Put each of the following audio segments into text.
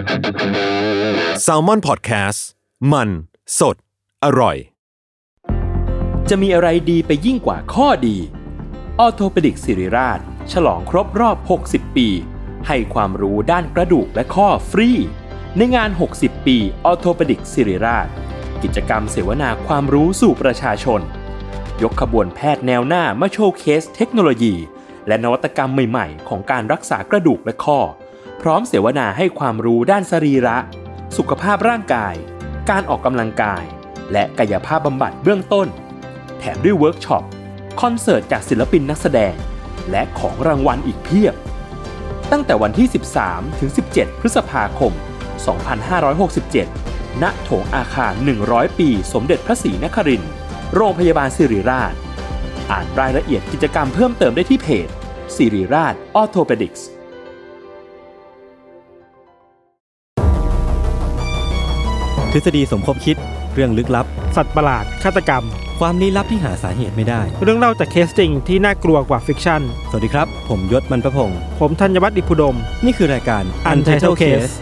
Salmon Podcast มันสดอร่อยจะมีอะไรดีไปยิ่งกว่าข้อดีออร์โธเพดิกศิริราชฉลองครบรอบ60ปีให้ความรู้ด้านกระดูกและข้อฟรีในงาน60ปีออร์โธเพดิกศิริราชกิจกรรมเสวนาความรู้สู่ประชาชนยกขบวนแพทย์แนวหน้ามาโชว์เคสเทคโนโลยีและนวัตกรรมใหม่ๆของการรักษากระดูกและข้อพร้อมเสวนาให้ความรู้ด้านสรีระสุขภาพร่างกายการออกกำลังกายและกายภาพบำบัดเบื้องต้นแถมด้วยเวิร์กช็อปคอนเสิร์ตจากศิลปินนักแสดงและของรางวัลอีกเพียบตั้งแต่วันที่ 13 ถึง 17 พฤษภาคม 2567 ณ โถงอาคาร 100 ปีสมเด็จพระศรีนครินทร์โรงพยาบาลศิริราชอ่านรายละเอียดกิจกรรมเพิ่มเติมได้ที่เพจศิริราชออร์โธเพดิกส์ทฤษฎีสมคบคิดเรื่องลึกลับสัตว์ประหลาดฆาตกรรมความลี้ลับที่หาสาเหตุไม่ได้เรื่องเล่าจากเคสจริงที่น่ากลัวกว่าฟิกชั่นสวัสดีครับผมยศมันประพงษ์ผมธัญวัฒน์อิพุดมนี่คือรายการ Untitled Case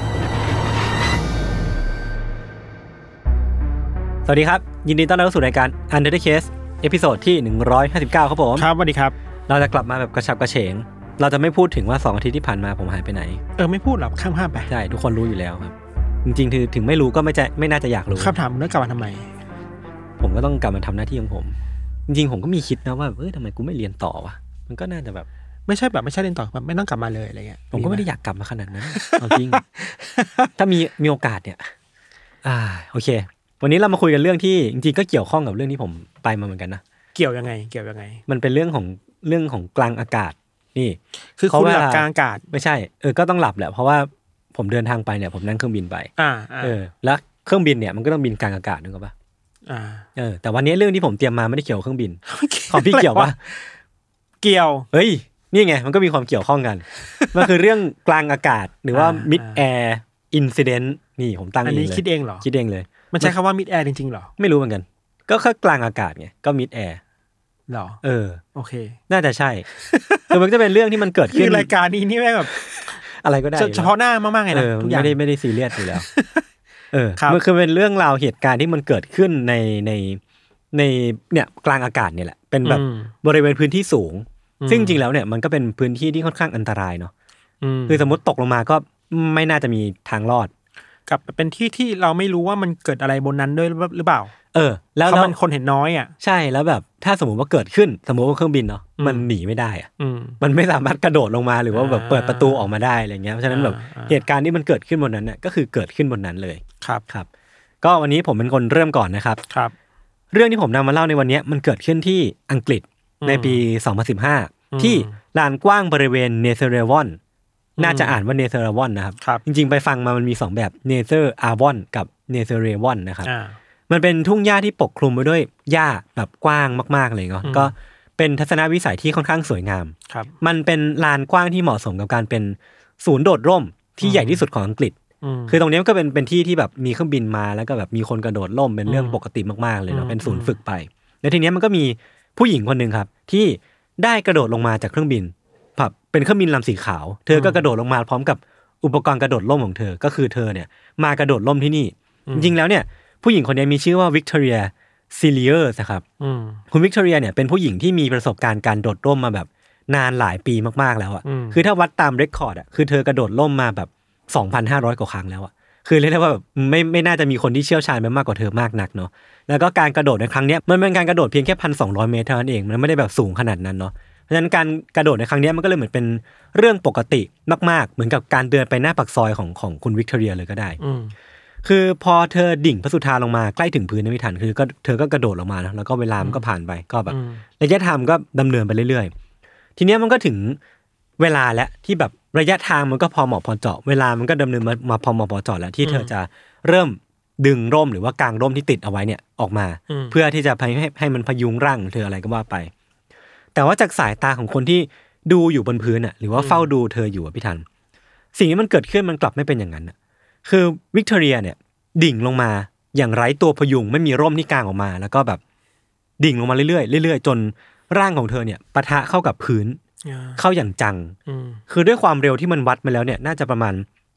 สวัสดีครับยินดีต้อนรับเข้าสู่รายการ Untitled Case เอพิโซดที่159ครับผมครับสวัสดีครับเราจะกลับมาแบบกระฉับกระเฉงเราจะไม่พูดถึงว่า2อาทิตย์ที่ผ่านมาผมหายไปไหนไม่พูดหรอกข้ามไปใช่ทุกคนรู้อยู่แล้วครับจริงๆถึงไม่รู้ก็ไม่น่าจะอยากรู้คำถามมึงกลับมาทำไมผมก็ต้องกลับมาทำหน้าที่ของผมจริงๆผมก็มีคิดนะว่าทำไมกูไม่เรียนต่อวะมันก็น่าจะแบบไม่ใช่เรียนต่อแบบไม่ต้องกลับมาเลยอะไรเงี้ยผมก็ไม่ได้อยากกลับมาขนาดนั้นเอาจริง ถ้ามีโอกาสเนี่ยโอเควันนี้เรามาคุยกันเรื่องที่จริงๆก็เกี่ยวข้องกับเรื่องที่ผมไปมาเหมือนกันนะเกี่ยวยังไงมันเป็นเรื่องของกลางอากาศนี่คือคุณหลับกลางอากาศไม่ใช่ก็ต้องหลับแหละเพราะว่าผมเดินทางไปเนี่ยผมนั่งเครื่องบินไปแล้วเครื่องบินเนี่ยมันก็ต้องบินกลางอากาศนึกออกปะแต่วันนี้เรื่องที่ผมเตรียมมาไม่ได้เกี่ยวกับเครื่องบินของพี่เกี่ยวปะเกี่ยวเฮ้ยนี่ไงมันก็มีความเกี่ยวข้องกันมันคือเรื่องกลางอากาศหรือว่า mid air incident นี่ผมตั้งเองเลยอันนี้คิดเองเหรอคิดเองเลยมันใช้คำว่า mid air จริงๆหรอไม่รู้เหมือนกันก็แค่กลางอากาศไงก็ mid air หรอโอเคน่าจะใช่คือมันจะเป็นเรื่องที่มันเกิดขึ้นรายการนี้นี่แม่งแบบอะไรก็ได้เฉพาะหน้ามากๆเลยนะทุกอย่างไม่ได้ซีเรียสอยู่แล้วมันคือเป็นเรื่องราวเหตุการณ์ที่มันเกิดขึ้นในเนี่ยกลางอากาศเนี่ยแหละเป็นแบบบริเวณพื้นที่สูงซึ่งจริงแล้วเนี่ยมันก็เป็นพื้นที่ที่ค่อนข้างอันตรายเนาะคือสมมติตกลงมาก็ไม่น่าจะมีทางรอดกับเป็นที่ที่เราไม่รู้ว่ามันเกิดอะไรบนนั้นด้วยหรือเปล่าแล้วมันคนเห็นน้อยอ่ะใช่แล้วแบบถ้าสมมติว่าเกิดขึ้นสมมติว่าเครื่องบินเนาะมันหนีไม่ได้อ่ะมันไม่สามารถกระโดดลงมาหรือว่าแบบเปิดประตูออกมาได้อะไรเงี้ยเพราะฉะนั้นแบบเหตุการณ์ที่มันเกิดขึ้นบนนั้นเนี่ยก็คือเกิดขึ้นบนนั้นเลยครับก็วันนี้ผมเป็นคนเริ่มก่อนนะครับเรื่องที่ผมนำมาเล่าในวันนี้มันเกิดขึ้นที่อังกฤษในปี2015ที่ลานกว้างบริเวณเนเธอร์เรวอนน่าจะอ่านว่าเนเธอร์เรวอนนะครับจริงๆไปฟังมามันมี2แบบเนเธอร์อาร์วอนกับเนเธอร์เรวอนนะครับมันเป็นทุ่งหญ้าที่ปกคลุมไปด้วยหญ้าแบบกว้างมากๆเลยก็เป็นทัศนวิสัยที่ค่อนข้างสวยงามมันเป็นลานกว้างที่เหมาะสมกับการเป็นศูนย์โดดร่มที่ใหญ่ที่สุดของอังกฤษคือตรงนี้ก็เป็นที่ที่แบบมีเครื่องบินมาแล้วก็แบบมีคนกระโดดร่มเป็นเรื่องปกติมากๆเลยเนาะเป็นศูนย์ฝึกไปแล้วทีนี้มันก็มีผู้หญิงคนนึงครับที่ได้กระโดดลงมาจากเครื่องบินแบบเป็นเครื่องบินลำสีขาวเธอก็กระโดดลงมาพร้อมกับอุปกรณ์กระโดดร่มของเธอก็คือเธอเนี่ยมากระโดดร่มที่นี่จริงๆแล้วเนี่ยผู้หญิงคนนี้มีชื่อว่าวิกตอเรียซิเลียร์ครับคุณวิกตอเรียเนี่ยเป็นผู้หญิงที่มีประสบการณ์การโดดร่มมาแบบนานหลายปีมากๆแล้วอ่ะคือถ้าวัดตามเรคคอร์ดอ่ะคือเธอกระโดดร่มมาแบบ 2,500 กว่าครั้งแล้วอ่ะคือเรียกได้ว่าแบบไม่น่าจะมีคนที่เชี่ยวชาญมากกว่าเธอมากนักเนาะแล้วก็การกระโดดในครั้งนี้มันเป็นการกระโดดเพียงแค่ 1,200 เมตรเท่านั้นเองมันไม่ได้แบบสูงขนาดนั้นเนาะเพราะฉะนั้นการกระโดดในครั้งนี้มันก็เลยเหมือนเป็นเรื่องปกติมากๆเหมือนกับการเดินไปหน้าปากซอยของคุณวิกตอเรียเลยก็ได้คือพอเธอดิ่งพระสุธาลงมาใกล้ถึงพื้นไม่ทันคือก็เธอก็กระโดดลงมานะแล้วก็เวลามันก็ผ่านไปก็แบบระยะทางก็ดำเนินไปเรื่อยๆทีนี้มันก็ถึงเวลาแล้วที่แบบระยะทางมันก็พอเหมาะพอเจาะเวลามันก็ดำเนินมาพอเหมาะพอเจาะแล้วที่เธอจะเริ่มดึงร่มหรือว่ากางร่มที่ติดเอาไว้เนี่ยออกมาเพื่อที่จะให้มันพยุงร่างเธออะไรก็ว่าไปแต่ว่าจากสายตาของคนที่ดูอยู่บนพื้นอ่ะหรือว่าเฝ้าดูเธออยู่พี่ทันสิ่งที่มันเกิดขึ้นมันกลับไม่เป็นอย่างนั้นอ่ะคือวิกตอเรียเนี่ยดิ่งลงมาอย่างไร้ตัวพยุงไม่มีร่มที่กางออกมาแล้วก็แบบดิ่งลงมาเรื่อยๆเรื่อยๆจนร่างของเธอเนี่ยปะทะเข้ากับพื้นเข้าอย่างจังคือด้วยความเร็วที่มันวัดมาแล้วเนี่ยน่าจะประมาณ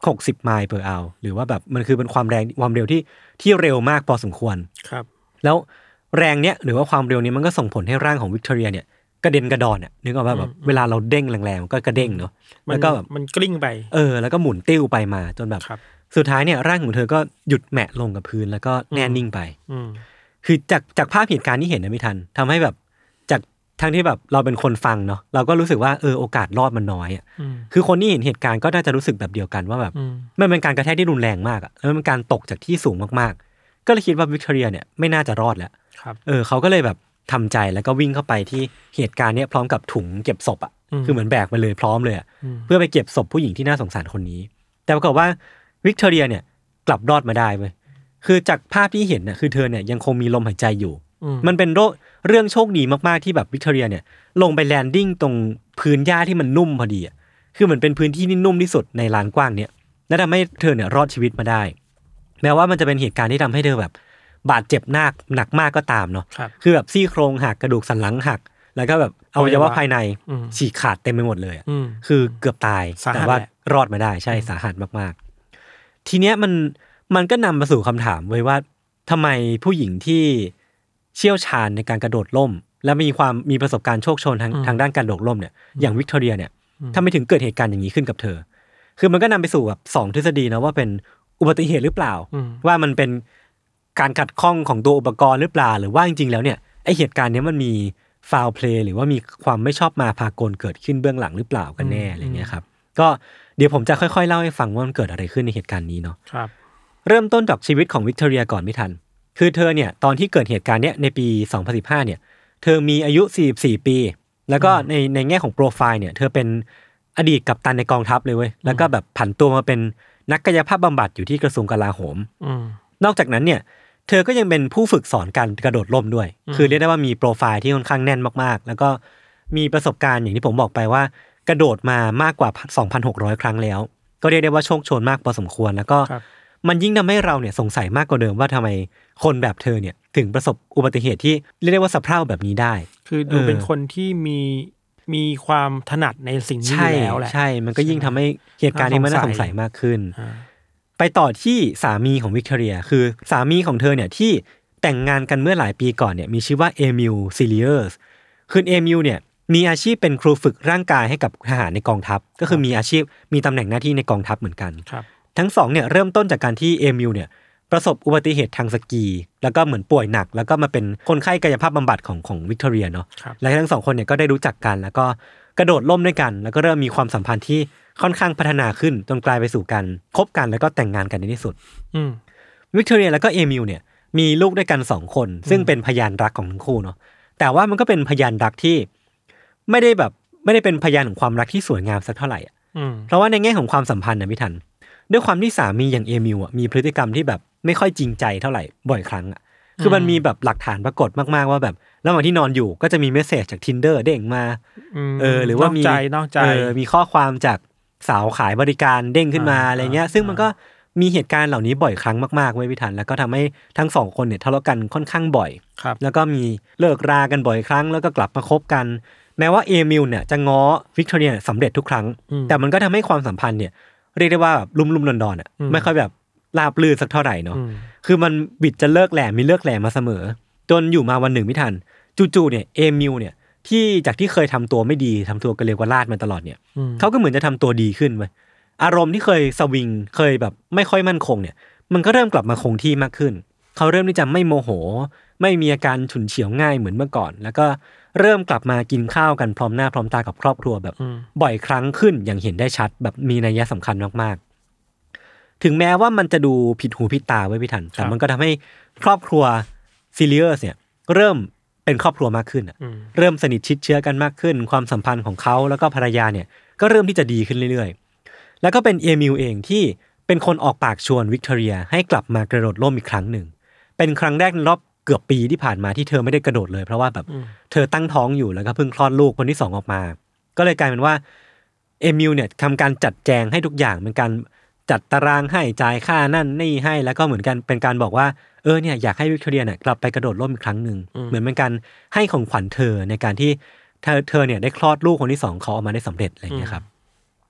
60 ไมล์per hour หรือว่าแบบมันคือเป็นความเร็วที่เร็วมากพอสมควรครับแล้วแรงเนี้ยหรือว่าความเร็วนี้มันก็ส่งผลให้ร่างของวิกตอเรียเนี่ยกระเด็นกระดอนอ่ะนึกออกป่ะแบบเวลาเราเด้งแรงๆก็กระเด้งเนาะแล้วก็แบบมันกลิ้งไปแล้วก็หมุนติ้วไปมาจนแบบสุดท้ายเนี่ยร่างของเธอก็หยุดแหมะลงกับพื้นแล้วก็แน่นิ่งไปคือจากภาพเหตุการณ์ที่เห็นนะไม่ทันทำให้แบบจากทั้งที่แบบเราเป็นคนฟังเนาะเราก็รู้สึกว่าโอกาสรอดมันน้อยอ่ะคือคนที่เห็นเหตุการณ์ก็น่าจะรู้สึกแบบเดียวกันว่าแบบมันเป็นการกระแทกที่รุนแรงมากอ่ะแล้วมันเป็นการตกจากที่สูงมากๆก็เลยคิดว่าวิกตอเรียเนี่ยไม่น่าจะรอดแล้วเขาก็เลยแบบทำใจแล้วก็วิ่งเข้าไปที่เหตุการณ์นี้พร้อมกับถุงเก็บศพอ่ะคือเหมือนแบกไปเลยพร้อมเลยอ่ะเพื่อไปเก็บศพผู้หญิงที่น่าสงสารคนนี้แต่ปรากฏว่าวิกตอเรียเนี่ยกลับรอดมาได้เว้ยคือจากภาพที่เห็นน่ะคือเธอเนี่ยยังคงมีลมหายใจอยู่มันเป็นเรื่องโชคดีมากๆที่แบบวิกตอเรียเนี่ยลงไปแลนดิ้งตรงพื้นหญ้าที่มันนุ่มพอดีอ่ะคือเหมือนเป็นพื้นที่ที่นุ่มที่สุดในลานกว้างเนี่ยและทำให้เธอเนี่ยรอดชีวิตมาได้แม้ว่ามันจะเป็นเหตุการณ์ที่ทำให้เธอแบบบาดเจ็บหนักมากก็ตามเนาะคือแบบซี่โครงหักกระดูกสันหลังหักแล้วก็แบบอวัยวะภายในฉีกขาดเต็มไปหมดเลยคือเกือบตายแต่ว่ารอดมาได้ใช่สาหัสมากๆทีเนี้ยมันก็นำมาสู่คำถามไว้ว่าทำไมผู้หญิงที่เชี่ยวชาญในการกระโดดร่มและมีประสบการณ์โชคโชนทางด้านการกระโดดร่มเนี่ยอย่างวิกตอเรียเนี่ยทำไมถึงเกิดเหตุการณ์อย่างนี้ขึ้นกับเธอคือมันก็นำไปสู่แบบ2ทฤษฎีนะว่าเป็นอุบัติเหตุหรือเปล่าว่ามันเป็นการขัดข้องของตัวอุปกรณ์หรือเปล่าหรือว่าจริงๆแล้วเนี่ยไอเหตุการณ์นี้มันมีฟาวเพลย์หรือว่ามีความไม่ชอบมาพากลเกิดขึ้นเบื้องหลังหรือเปล่ากันแน่อะไรเงี้ยครับก็เดี๋ยวผมจะค่อยๆเล่าให้ฟังว่ามันเกิดอะไรขึ้นในเหตุการณ์นี้เนาะเริ่มต้นจากชีวิตของวิกตอเรียก่อนไม่ทันคือเธอเนี่ยตอนที่เกิดเหตุการณ์เนี้ยในปี2015เนี่ยเธอมีอายุ44ปีแล้วก็ในแง่ของโปรไฟล์เนี่ยเธอเป็นอดีตกัปตันในกองทัพเลยเว้ยแล้วก็แบบผันตัวมาเป็นนักกายภาพบำบัดอยู่ที่กระทรวงกลาโหมนอกจากนั้นเนี่ยเธอก็ยังเป็นผู้ฝึกสอนการกระโดดร่มด้วยคือเรียกได้ว่ามีโปรไฟล์ที่ค่อนข้างแน่นมากๆแล้วก็มีประสบการณ์อย่างที่ผมบอกไปว่ากระโดดมามากกว่า 2,600 ครั้งแล้วก็เรียกได้ว่าโชคโชนมากพอสมควรแล้วก็มันยิ่งทำให้เราเนี่ยสงสัยมากกว่าเดิมว่าทำไมคนแบบเธอเนี่ยถึงประสบอุบัติเหตุที่เรียกได้ว่าสะเพร่าแบบนี้ได้คือดูเป็นคนที่มีความถนัดในสิ่งนี้แล้วแหละใช่มันก็ยิ่งทำให้เหตุการณ์นี้มันน่าสงสัยมากขึ้นไปต่อที่สามีของวิกตอเรียคือสามีของเธอเนี่ยที่แต่งงานกันเมื่อหลายปีก่อนเนี่ยมีชื่อว่าเอมิลซิลิเออร์สคือเอมิลเนี่ยมีอาชีพเป็นครูฝึกร่างกายให้กับทหารในกองทัพก็คือมีอาชีพมีตำแหน่งหน้าที่ในกองทัพเหมือนกันทั้งสองเนี่ยเริ่มต้นจากการที่เอมิลเนี่ยประสบอุบัติเหตุทางสกีแล้วก็เหมือนป่วยหนักแล้วก็มาเป็นคนไข้กายภาพบำบัดของวิกตอเรียเนาะและทั้งสองคนเนี่ยก็ได้รู้จักกันแล้วก็กระโดดร่มด้วยกันแล้วก็เริ่มมีความสัมพันธ์ที่ค่อนข้างพัฒนาขึ้นจนกลายไปสู่การคบกันแล้วก็แต่งงานกันในที่สุดวิกตอเรียแล้วก็เอมิลเนี่ยมีลูกด้วยกัน2คนซึ่งเป็นพยานรักของทั้งคู่เนาะแต่ว่ามันก็เป็นพยานรักที่ไม่ได้เป็นพยานของความรักที่สวยงามสักเท่าไหร่อ่ะเพราะว่าในแง่ของความสัมพันธ์นะพี่ทันด้วยความที่สามีอย่างเอมิลอ่ะมีพฤติกรรมที่แบบไม่ค่อยจริงใจเท่าไหร่บ่อยครั้งอ่ะคือมันมีแบบหลักฐานปรากฏมากๆว่าแบบระหว่างที่นอนอยู่ก็จะมีเมสเสจจาก Tinder เด้งมาหรือว่ามีข้อความจากสาวขายบริการเด้งขึ้นมาอะไรเงี้ยซึ่งมันก็มีเหตุการณ์เหล่านี้บ่อยครั้งมากๆเว้ยพี่ทันแล้วก็ทำให้ทั้งสองคนเนี่ยทะเลาะกันค่อนข้างบ่อยแล้วก็มีเลิกรากันบ่อยครั้งแล้วก็กลับมาคบกันแม้ว่าเอมิลเนี่ยจะง้อวิกตอเรียสำเร็จทุกครั้งแต่มันก็ทำให้ความสัมพันธ์เนี่ยเรียกได้ว่าแบบลุ่มๆดอนๆอ่ะไม่ค่อยแบบราบรื่นสักเท่าไหร่เนาะคือมันบิดจะเลิกแหล่มีเลิกแหล่มาเสมอจนอยู่มาวันหนึ่งไม่ทันจู่ๆเนี่ยเอมิลเนี่ยที่จากที่เคยทำตัวไม่ดีทำตัวกระเลวกระลาดมาตลอดเนี่ยเขาก็เหมือนจะทำตัวดีขึ้นเว้ยอารมณ์ที่เคยสวิงเคยแบบไม่ค่อยมั่นคงเนี่ยมันก็เริ่มกลับมาคงที่มากขึ้นเขาเริ่มที่จะไม่โมโหไม่มีอาการฉุนเฉียวง่ายเหมือนเมื่อก่อนแล้วก็เริ่มกลับมากินข้าวกันพร้อมหน้าพร้อมตากับครอบครัวแบบบ่อยครั้งขึ้นอย่างเห็นได้ชัดแบบมีนัยสำคัญมากๆถึงแม้ว่ามันจะดูผิดหูผิดตาไว้พี่ทันแต่มันก็ทำให้ครอบครัวซิลิเออร์เนี่ยเริ่มเป็นครอบครัวมากขึ้นเริ่มสนิทชิดเชื้อกันมากขึ้นความสัมพันธ์ของเขาแล้วก็ภรรยาเนี่ยก็เริ่มที่จะดีขึ้นเรื่อยๆแล้วก็เป็นเอมิลเองที่เป็นคนออกปากชวนวิกตอเรียให้กลับมากระโดดร่มอีกครั้งหนึ่งเป็นครั้งแรกในรอบเกือบปีที่ผ่านมาที่เธอไม่ได้กระโดดเลยเพราะว่าแบบเธอตั้งท้องอยู่แล้วก็เพิ่งคลอดลูกคนที่2ออกมาก็เลยกลายเป็นว่าเอมิลเนี่ยทำการจัดแจงให้ทุกอย่างเป็นการจัดตารางให้จ่ายค่านั่นนี่ให้แล้วก็เหมือนกันเป็นการบอกว่าเนี่ยอยากให้วิกตอเรียเนี่ยกลับไปกระโดดร่มอีกครั้งนึงเหมือนเป็นการให้ของขวัญเธอในการที่เธอเนี่ยได้คลอดลูกคนที่2เขาออกมาได้สำเร็จอะไรอย่างเงี้ยครับ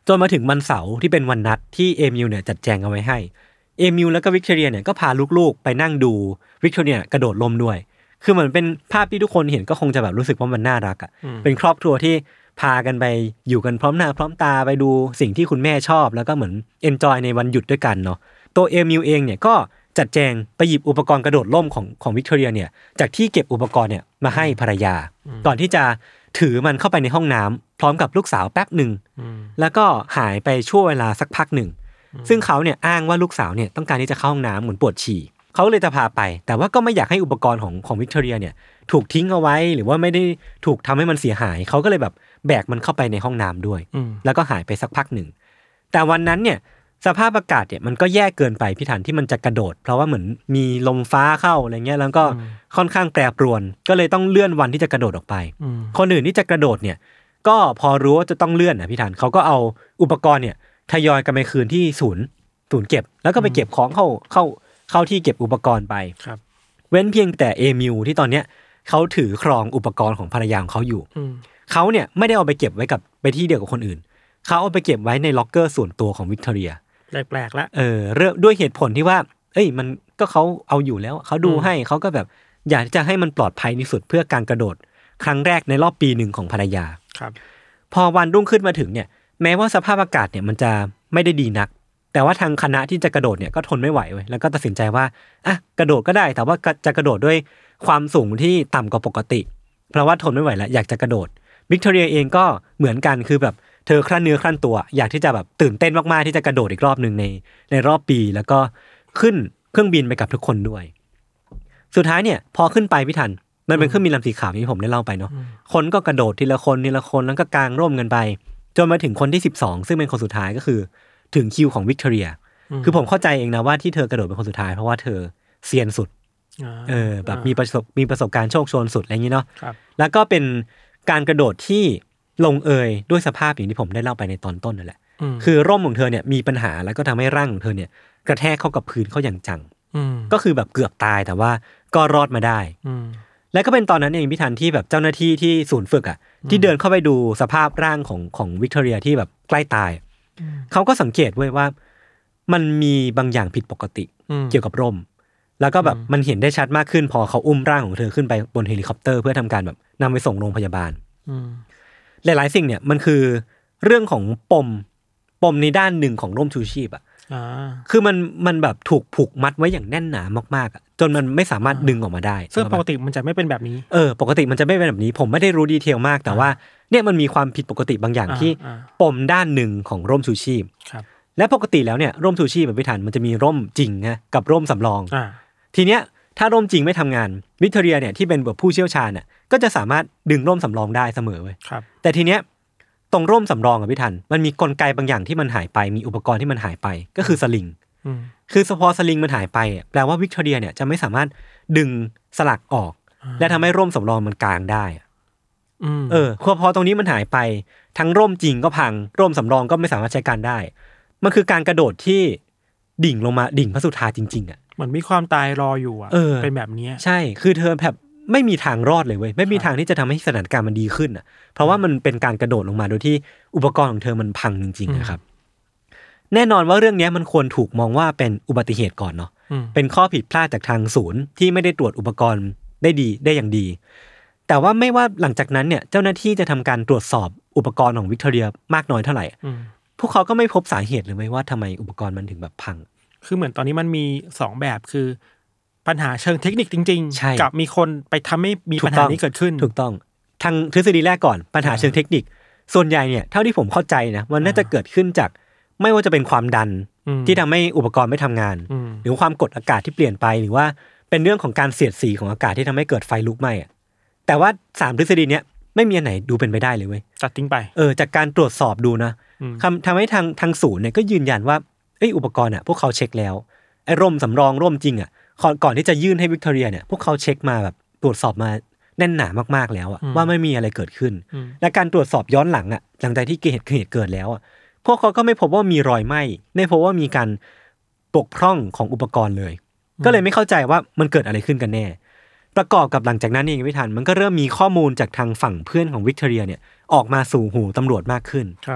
จนมาถึงวันเสาร์ที่เป็นวันนัดที่เอมิลเนี่ยจัดแจงเอาไว้ให้เอมิลแล้วก็วิกตอเรียเนี่ยก็พาลูกๆไปนั่งดูวิกตอเรียกระโดดร่มด้วยคือเหมือนเป็นภาพที่ทุกคนเห็นก็คงจะแบบรู้สึกว่ามันน่ารักอ่ะเป็นครอบครัวที่พากันไปอยู่กันพร้อมหน้าพร้อมตาไปดูสิ่งที่คุณแม่ชอบแล้วก็เหมือนเอนจอยในวันหยุดด้วยกันเนาะตัวเอมิลเองเนี่ยก็จัดแจงไปหยิบอุปกรณ์กระโดดร่มของวิกตอเรียเนี่ยจากที่เก็บอุปกรณ์เนี่ยมาให้ภรรยาก่อนที่จะถือมันเข้าไปในห้องน้ำพร้อมกับลูกสาวแป๊บหนึ่งแล้วก็หายไปช่วงเวลาสักพักหนึ่งซึ่งเขาเนี่ยอ้างว่าลูกสาวเนี่ยต้องการที่จะเข้าห้องน้ำเหมือนปวดฉี่เขาเลยจะพาไปแต่ว่าก็ไม่อยากให้อุปกรณ์ของวิกตอเรียเนี่ยถูกทิ้งเอาไว้หรือว่าไม่ได้ถูกทำให้มันเสียหายเขาก็เลยแบบแบกมันเข้าไปในห้องน้ำด้วยแล้วก็หายไปสักพักหนึ่งแต่วันนั้นเนี่ยสภาพอากาศเนี่ยมันก็แย่เกินไปพี่ทันที่มันจะกระโดดเพราะว่าเหมือนมีลมฟ้าเข้าอะไรเงี้ยแล้วก็ค่อนข้างแปรปรวนก็เลยต้องเลื่อนวันที่จะกระโดดออกไปคนอื่นที่จะกระโดดเนี่ยก็พอรู้ว่าจะต้องเลื่อนนะพี่ทันเขาก็เอาอุปกรณ์เนี่ยทยอยกันไปคืนที่ศูนย์เก็บแล้วก็ไปเก็บของเข้าที่เก็บอุปกรณ์ไปครับเว้นเพียงแต่เอมิลที่ตอนเนี้ยเขาถือครองอุปกรณ์ของภรรยาของเขาอยู่เขาเนี่ยไม่ได้เอาไปเก็บไว้กับไปที่เดียวกับคนอื่นเขาเอาไปเก็บไว้ในล็อกเกอร์ส่วนตัวของวิกตอเรียแปลกๆแล้วเรื่องด้วยเหตุผลที่ว่ามันก็เขาเอาอยู่แล้วเขาดูให้เขาก็แบบอยากจะให้มันปลอดภัยที่สุดเพื่อการกระโดดครั้งแรกในรอบปีหนึ่งของภรรยาครับพอวันรุ่งขึ้นมาถึงเนี่ยแม้ว่าสภาพอากาศเนี่ยมันจะไม่ได้ดีนักแต่ว่าทางคณะที่จะกระโดดเนี่ยก็ทนไม่ไหวเว้ยแล้วก็ตัดสินใจว่ากระโดดก็ได้แต่ว่าจะกระโดดด้วยความสูงที่ต่ำกว่าปกติเพราะว่าทนไม่ไหวแล้วอยากจะกระโดดวิกตอเรียเองก็เหมือนกันคือแบบเธอคลั่นเนื้อคลั่นตัวอยากที่จะแบบตื่นเต้นมากๆที่จะกระโดดอีกรอบนึงในรอบปีแล้วก็ขึ้นเครื่องบินไปกับทุกคนด้วยสุดท้ายเนี่ยพอขึ้นไปพี่ทันมันเป็นเครื่องบินลำสีขาวที่ผมได้เล่าไปเนาะคนก็กระโดดทีละคนแล้วก็กางร่มกันไปจนมาถึงคนที่12ซึ่งเป็นคนสุดท้ายก็คือถึงคิวของวิกตอเรียคือผมเข้าใจเองนะว่าที่เธอกระโดดเป็นคนสุดท้ายเพราะว่าเธอเซียนสุดแบบมีประสบการณ์โชคโชนสุดอะไรอย่างนี้เนาะแล้วก็เป็นการกระโดดที่ลงเอยด้วยสภาพอย่างที่ผมได้เล่าไปในตอนต้นนั่นแหละคือร่มของเธอเนี่ยมีปัญหาแล้วก็ทำให้ร่างของเธอเนี่ยกระแทกเข้ากับพื้นเขาอย่างจังก็คือแบบเกือบตายแต่ว่าก็รอดมาได้แล้วก็เป็นตอนนั้นเองพี่ทันที่แบบเจ้าหน้าที่ที่ศูนย์ฝึกที่เดินเข้าไปดูสภาพร่างของวิกตอเรียที่แบบใกล้ตายเขาก็สังเกตไว้ว่ามันมีบางอย่างผิดปกติเกี่ยวกับร่มแล้วก็แบบมันเห็นได้ชัดมากขึ้นพอเขาอุ้มร่างของเธอขึ้นไปบนเฮลิคอปเตอร์เพื่อทำการแบบนำไปส่งโรงพยาบาลหลายๆสิ่งเนี่ยมันคือเรื่องของปมในด้านหนึ่งของร่มชูชีพคือมันแบบถูกผูกมัดไว้อย่างแน่นหนามากๆจนมันไม่สามารถดึงออกมาได้ซึ่งปกติมันจะไม่เป็นแบบนี้ปกติมันจะไม่เป็นแบบนี้ผมไม่ได้รู้ดีเทลมากแต่ว่าเนี่ยมันมีความผิดปกติบางอย่างที่ปมด้านหนึ่งของร่มชูชีพและปกติแล้วเนี่ยร่มชูชีพแบบพิถันมันจะมีร่มจริงนะกับร่มสำรองทีเนี้ยถ้าร่มจริงไม่ทำงานวิกตอเรียเนี่ยที่เป็นแบบผู้เชี่ยวชาญน่ะก็จะสามารถดึงร่มสำรองได้เสมอเว้ยแต่ทีเนี้ยตรงร่มสำรองกับพิถันมันมีกลไกบางอย่างที่มันหายไปมีอุปกรณ์ที่มันหายไปก็คือสลิงคือพอสลิงมันหายไปแปลว่าวิกตอเรียเนี่ยจะไม่สามารถดึงสลักออกและทำให้ร่มสำรองมันกางได้พอตรงนี้มันหายไปทั้งร่มจริงก็พังร่มสำรองก็ไม่สามารถใช้การได้มันคือการกระโดดที่ดิ่งลงมาดิ่งพระสุธาจริงๆเหมือนมีความตายรออยู่เป็นแบบนี้ใช่คือเธอแบบไม่มีทางรอดเลยเว้ยไม่มีทางที่จะทำให้สถานการณ์มันดีขึ้นเพราะว่ามันเป็นการกระโดดลงมาโดยที่อุปกรณ์ของเธอมันพังจริงๆนะครับแน่นอนว่าเรื่องนี้มันควรถูกมองว่าเป็นอุบัติเหตุก่อนเนาะเป็นข้อผิดพลาดจากทางศูนย์ที่ไม่ได้ตรวจอุปกรณ์ได้อย่างดีแต่ว่าไม่ว่าหลังจากนั้นเนี่ยเจ้าหน้าที่จะทำการตรวจสอบอุปกรณ์ของวิกตอเรียมากน้อยเท่าไหร่พวกเขาก็ไม่พบสาเหตุเลยว่าทำไมอุปกรณ์มันถึงแบบพังคือเหมือนตอนนี้มันมี2แบบคือปัญหาเชิงเทคนิคจริงๆกับมีคนไปทำให้มีปัญหานี้เกิดขึ้นถูกต้องทางทฤษฎีแรกก่อนปัญหาเชิงเทคนิคส่วนใหญ่เนี่ยเท่าที่ผมเข้าใจนะมันน่าจะเกิดขึ้นจากไม่ว่าจะเป็นความดันที่ทำให้อุปกรณ์ไม่ทำงานหรือความกดอากาศที่เปลี่ยนไปหรือว่าเป็นเรื่องของการเสียดสีของอากาศที่ทำให้เกิดไฟลุกไหม้แต่ว่า3ทฤษฎีเนี้ยไม่มีอันไหนดูเป็นไปได้เลยเว้ยตัดทิ้งไปจากการตรวจสอบดูนะทำให้ทางศูนย์เนี่ยก็ยืนยันว่าอุปกรณ์พวกเขาเช็คแล้วไอ้ร่มสำรองร่มจริงก่อนที่จะยื่นให้วิกตอเรียเนี่ยพวกเขาเช็คมาแบบตรวจสอบมาแน่นหนามากๆแล้วว่าไม่มีอะไรเกิดขึ้นและการตรวจสอบย้อนหลังหลังจากที่เหตุเกิดแล้วพวกเขาก็ไม่พบว่ามีรอยไหม้ไม่พบว่ามีการบกพร่องของอุปกรณ์เลยก็เลยไม่เข้าใจว่ามันเกิดอะไรขึ้นกันแน่ประกอบกับหลังจากนั้นเองพี่ทันมันก็เริ่มมีข้อมูลจากทางฝั่งเพื่อนของวิกตอเรียเนี่ยออกมาสู่หูตำรวจมากขึ้น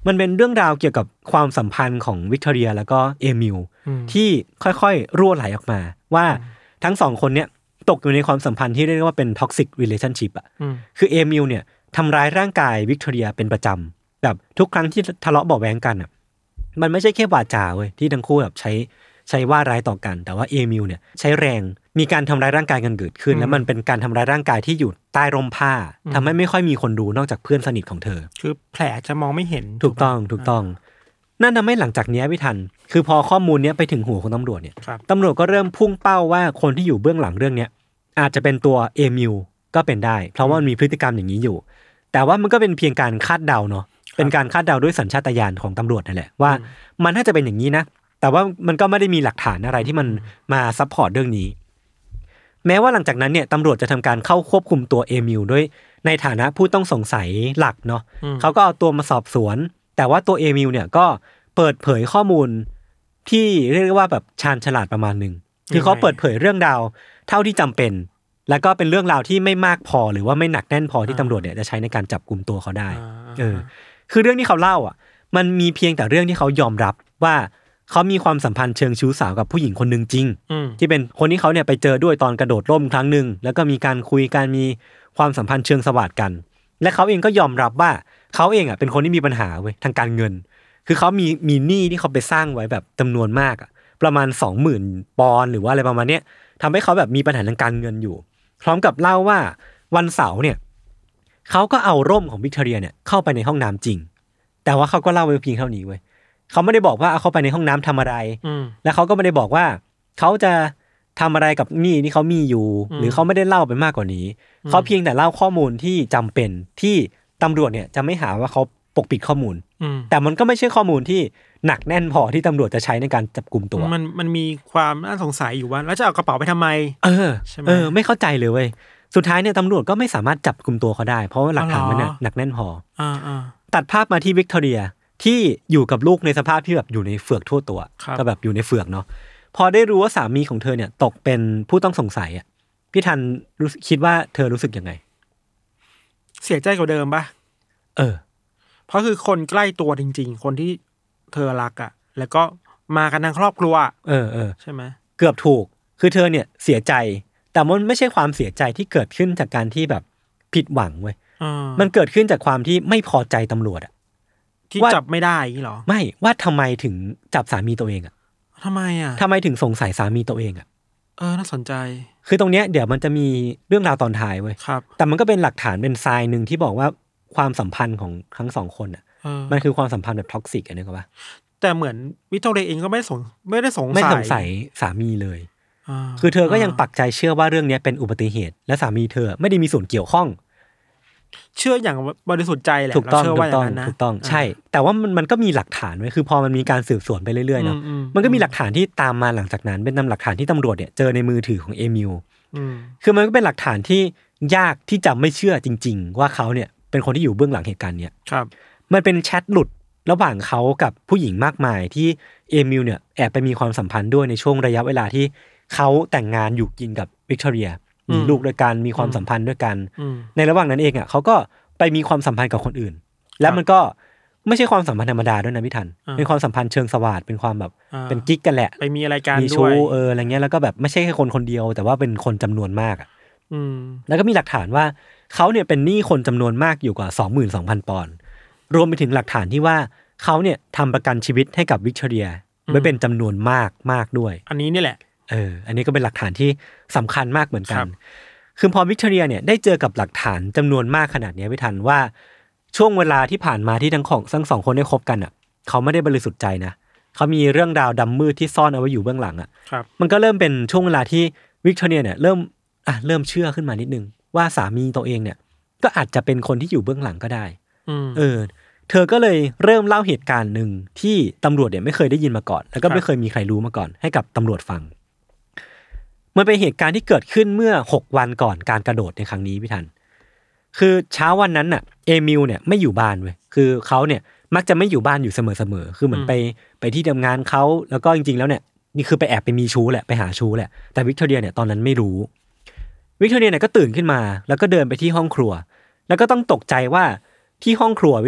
มันเป็นเรื่องราวเกี่ยวกับความสัมพันธ์ของวิกตอเรียแล้วก็เอมิลที่ค่อยๆรั่วไหลออกมาว่าทั้งสองคนเนี้ยตกอยู่ในความสัมพันธ์ที่เรียกว่าเป็น toxic relationship อ่ะคือเอมิลเนี่ยทำร้ายร่างกายวิกตอเรียเป็นประจำแบบทุกครั้งที่ทะเลาะเบาะแว้งกันอ่ะมันไม่ใช่แค่วาจาเว้ยที่ทั้งคู่แบบใช้ว่าร้ายต่อกันแต่ว่าเอมิลเนี่ยใช้แรงมีการทำร้ายร่างกายกันเกิดขึ้นแล้วมันเป็นการทำร้ายร่างกายที่อยู่ใต้ร่มผ้าทำให้ไม่ค่อยมีคนดูนอกจากเพื่อนสนิทของเธอคือแผลจะมองไม่เห็นถูกต้องนั่นทำให้หลังจากนี้พี่ทันคือพอข้อมูลนี้ไปถึงหูของตำรวจเนี่ยตำรวจก็เริ่มพุ่งเป้าว่าคนที่อยู่เบื้องหลังเรื่องนี้อาจจะเป็นตัวเอมิลก็เป็นได้เพราะว่ามันมีพฤติกรรมอย่างนี้อยู่แต่ว่ามันก็เป็นเพียงการคาดเดาเนาะเป็นการคาดเดาด้วยสัญชาตญาณของตำรวจนั่นแหละว่ามันน่าจะเป็นอย่างนี้นะแต่ว่ามันก็ไม่ได้มีหลักฐานอะไรที่มันมาซัพพอร์ตเรื่องนี้แม้ว่าหลังจากนั้นเนี่ยตำรวจจะทำการเข้าควบคุมตัวเอมิลด้วยในฐานะผู้ต้องสงสัยหลักเนาะเขาก็เอาตัวมาสอบสวนแต่ว่าตัวเอมิลเนี่ยก็เปิดเผยข้อมูลที่เรียกว่าแบบชาญฉลาดประมาณนึงคือเขาเปิดเผยเรื่องราวเท่าที่จำเป็นแล้วก็เป็นเรื่องราวที่ไม่มากพอหรือว่าไม่หนักแน่นพอที่ตำรวจเนี่ยจะใช้ในการจับกุมตัวเขาได้คือเรื่องที่เขาเล่าอ่ะมันมีเพียงแต่เรื่องที่เขายอมรับว่าเขามีความสัมพันธ์เชิงชู้สาวกับผู้หญิงคนนึงจริงที่เป็นคนที่เขาเนี่ยไปเจอด้วยตอนกระโดดร่มครั้งนึงแล้วก็มีการคุยกันมีความสัมพันธ์เชิงสวัสดิ์กันและเขาเองก็ยอมรับว่าเขาเองอ่ะเป็นคนที่มีปัญหาเว้ยทางการเงินคือเขามีหนี้ที่เขาไปสร้างไว้แบบจำนวนมากอ่ะประมาณ 20,000 ปอนด์หรือว่าอะไรประมาณเนี้ยทำให้เขาแบบมีปัญหาทางการเงินอยู่พร้อมกับเล่าว่าวันเสาร์เนี่ยเขาก็เอาร่มของวิกตอเรียเนี่ยเข้าไปในห้องน้ำจริงแต่ว่าเขาก็เล่าไว้เพียงเท่านี้เว้ยเขาไม่ได้บอกว่าเอาเข้าไปในห้องน้ำทำอะไรและเขาก็ไม่ได้บอกว่าเขาจะทำอะไรกับหนี้ที่เขามีอยู่หรือเขาไม่ได้เล่าไปมากกว่านี้เขาเพียงแต่เล่าข้อมูลที่จำเป็นที่ตำรวจเนี่ยจะไม่หาว่าเขาปกปิดข้อมูลแต่มันก็ไม่ใช่ข้อมูลที่หนักแน่นพอที่ตำรวจจะใช้ในการจับกุมตัวมันมีความน่าสงสัยอยู่ว่าแล้วจะเอากระเป๋าไปทำไมใช่ไหมไม่เข้าใจเลยเว้ยสุดท้ายเนี่ยตำรวจก็ไม่สามารถจับกุมตัวเขาได้เพราะว่าหลักฐานมันหนักแน่นพอตัดภาพมาที่วิกตอเรียที่อยู่กับลูกในสภาพที่แบบอยู่ในเฟือกทั่วตัวก็แบบอยู่ในเฟือกเนาะพอได้รู้ว่าสามีของเธอเนี่ยตกเป็นผู้ต้องสงสัยอ่ะพี่ทันคิดว่าเธอรู้สึกยังไงเสียใจกว่าเดิมปะเพราะคือคนใกล้ตัวจริงๆคนที่เธอรักอ่ะแล้วก็มากันทั้งครอบครัวใช่ไหมเกือบถูกคือเธอเนี่ยเสียใจแต่มันไม่ใช่ความเสียใจที่เกิดขึ้นจากการที่แบบผิดหวังเว้ยมันเกิดขึ้นจากความที่ไม่พอใจตำรวจอ่ะที่จับไม่ได้หรอไม่ว่าทำไมถึงจับสามีตัวเองอ่ะทำไมถึงสงสัยสามีตัวเองอ่ะน่าสนใจคือตรงเนี้ยเดี๋ยวมันจะมีเรื่องราวตอนท้ายเว้ยแต่มันก็เป็นหลักฐานเป็นทรายนึงที่บอกว่าความสัมพันธ์ของทั้งสองคนอ่ะมันคือความสัมพันธ์แบบท็อกซิกอันนี้ก็ว่าแต่เหมือนวิกตอเรียเองก็ไม่สงสัยสามีเลยคือเธอก็ยังปักใจเชื่อว่าเรื่องนี้เป็นอุบัติเหตุและสามีเธอไม่ได้มีส่วนเกี่ยวข้องเชื่ออย่างบริสุทธิ์ใจแหละถูกต้องถูกต้องใช่แต่ว่ามันก็มีหลักฐานไว้คือพอมันมีการสืบสวนไปเรื่อยๆเนาะมันก็มีหลักฐานที่ตามมาหลังจากนั้นเป็นหลักฐานที่ตำรวจเนี่ยเจอในมือถือของเอมิลคือมันก็เป็นหลักฐานที่ยากที่จะไม่เชื่อจริงๆว่าเขาเนี่ยเป็นคนที่อยู่เบื้องหลังเหตุการณ์เนี้ยมันเป็นแชทหลุดระหว่างเขากับผู้หญิงมากมายที่เอมิลเนี่ยแอบไปมีความสัมพันธ์ด้วยในช่วงระยะเวลาที่เขาแต่งงานอยู่กินกับวิกตอเรียมีลูกด้วยกันมีความสัมพันธ์ด้วยกันในระหว่างนั้นเองเขาก็ไปมีความสัมพันธ์กับคนอื่นแล้วมันก็ไม่ใช่ความสัมพันธ์ธรรมดาด้วยนะพี่ทันเป็นความสัมพันธ์เชิงสวัสดิ์เป็นความแบบเป็นกิ๊กกันแหละไปมีอะไรกันมีชู้อะไรเงี้ยแล้วก็แบบไม่ใช่แค่คนเดียวแต่ว่าเป็นคนจำนวนมากแล้วก็มีหลักฐานว่าเขาเนี่ยเป็นหนี้คนจำนวนมากอยู่กว่า 22,000 ปอนด์รวมไปถึงหลักฐานที่ว่าเขาเนี่ยทำประกันชีวิตให้กับวิกตอเรียไว้เป็นจำนวนมากด้วยอันนี้นี่แหละอันนี้ก็เป็นหลักฐานที่สำคัญมากเหมือนกันคือพอวิกตอเรียเนี่ยได้เจอกับหลักฐานจำนวนมากขนาดนี้ไม่ทันว่าช่วงเวลาที่ผ่านมาที่ทั้งสองคนได้คบกันเขาไม่ได้บริสุทธิ์ใจนะเขามีเรื่องราวดำมืดที่ซ่อนเอาไว้อยู่เบื้องหลังมันก็เริ่มเป็นช่วงเวลาที่วิกตอเรียเนี่ยเริ่มเชื่อขึ้นมานิดนึงว่าสามีตัวเองเนี่ยก็อาจจะเป็นคนที่อยู่เบื้องหลังก็ได้เธอก็เลยเริ่มเล่าเหตุการณ์นึงที่ตำรวจเนี่ยไม่เคยได้ยินมาก่อนแล้วก็ไม่เคยมีใครรู้มาก่อนให้กับตำรวจฟังมันเป็นเหตุการณ์ที่เกิดขึ้นเมื่อ6 วันก่อนการกระโดดในครั้งนี้พี่ทันคือเช้าวันนั้นน่ะเอมิลเนี่ยไม่อยู่บ้านเว้ยคือเขาเนี่ยมักจะไม่อยู่บ้านอยู่เสมอคือเหมือนไปที่ทำงานเขาแล้วก็จริงๆแล้วเนี่ยนี่คือไปแอบไปมีชู้แหละไปหาชู้แหละแต่วิกตอเรียเนี่ยตอนนั้นไม่รู้วิกตอเรียเนี่ยก็ตื่นขึ้นมาแล้วก็เดินไปที่ห้องครัวแล้วก็ต้องตกใจว่าที่ห้องครัวพี่ทัน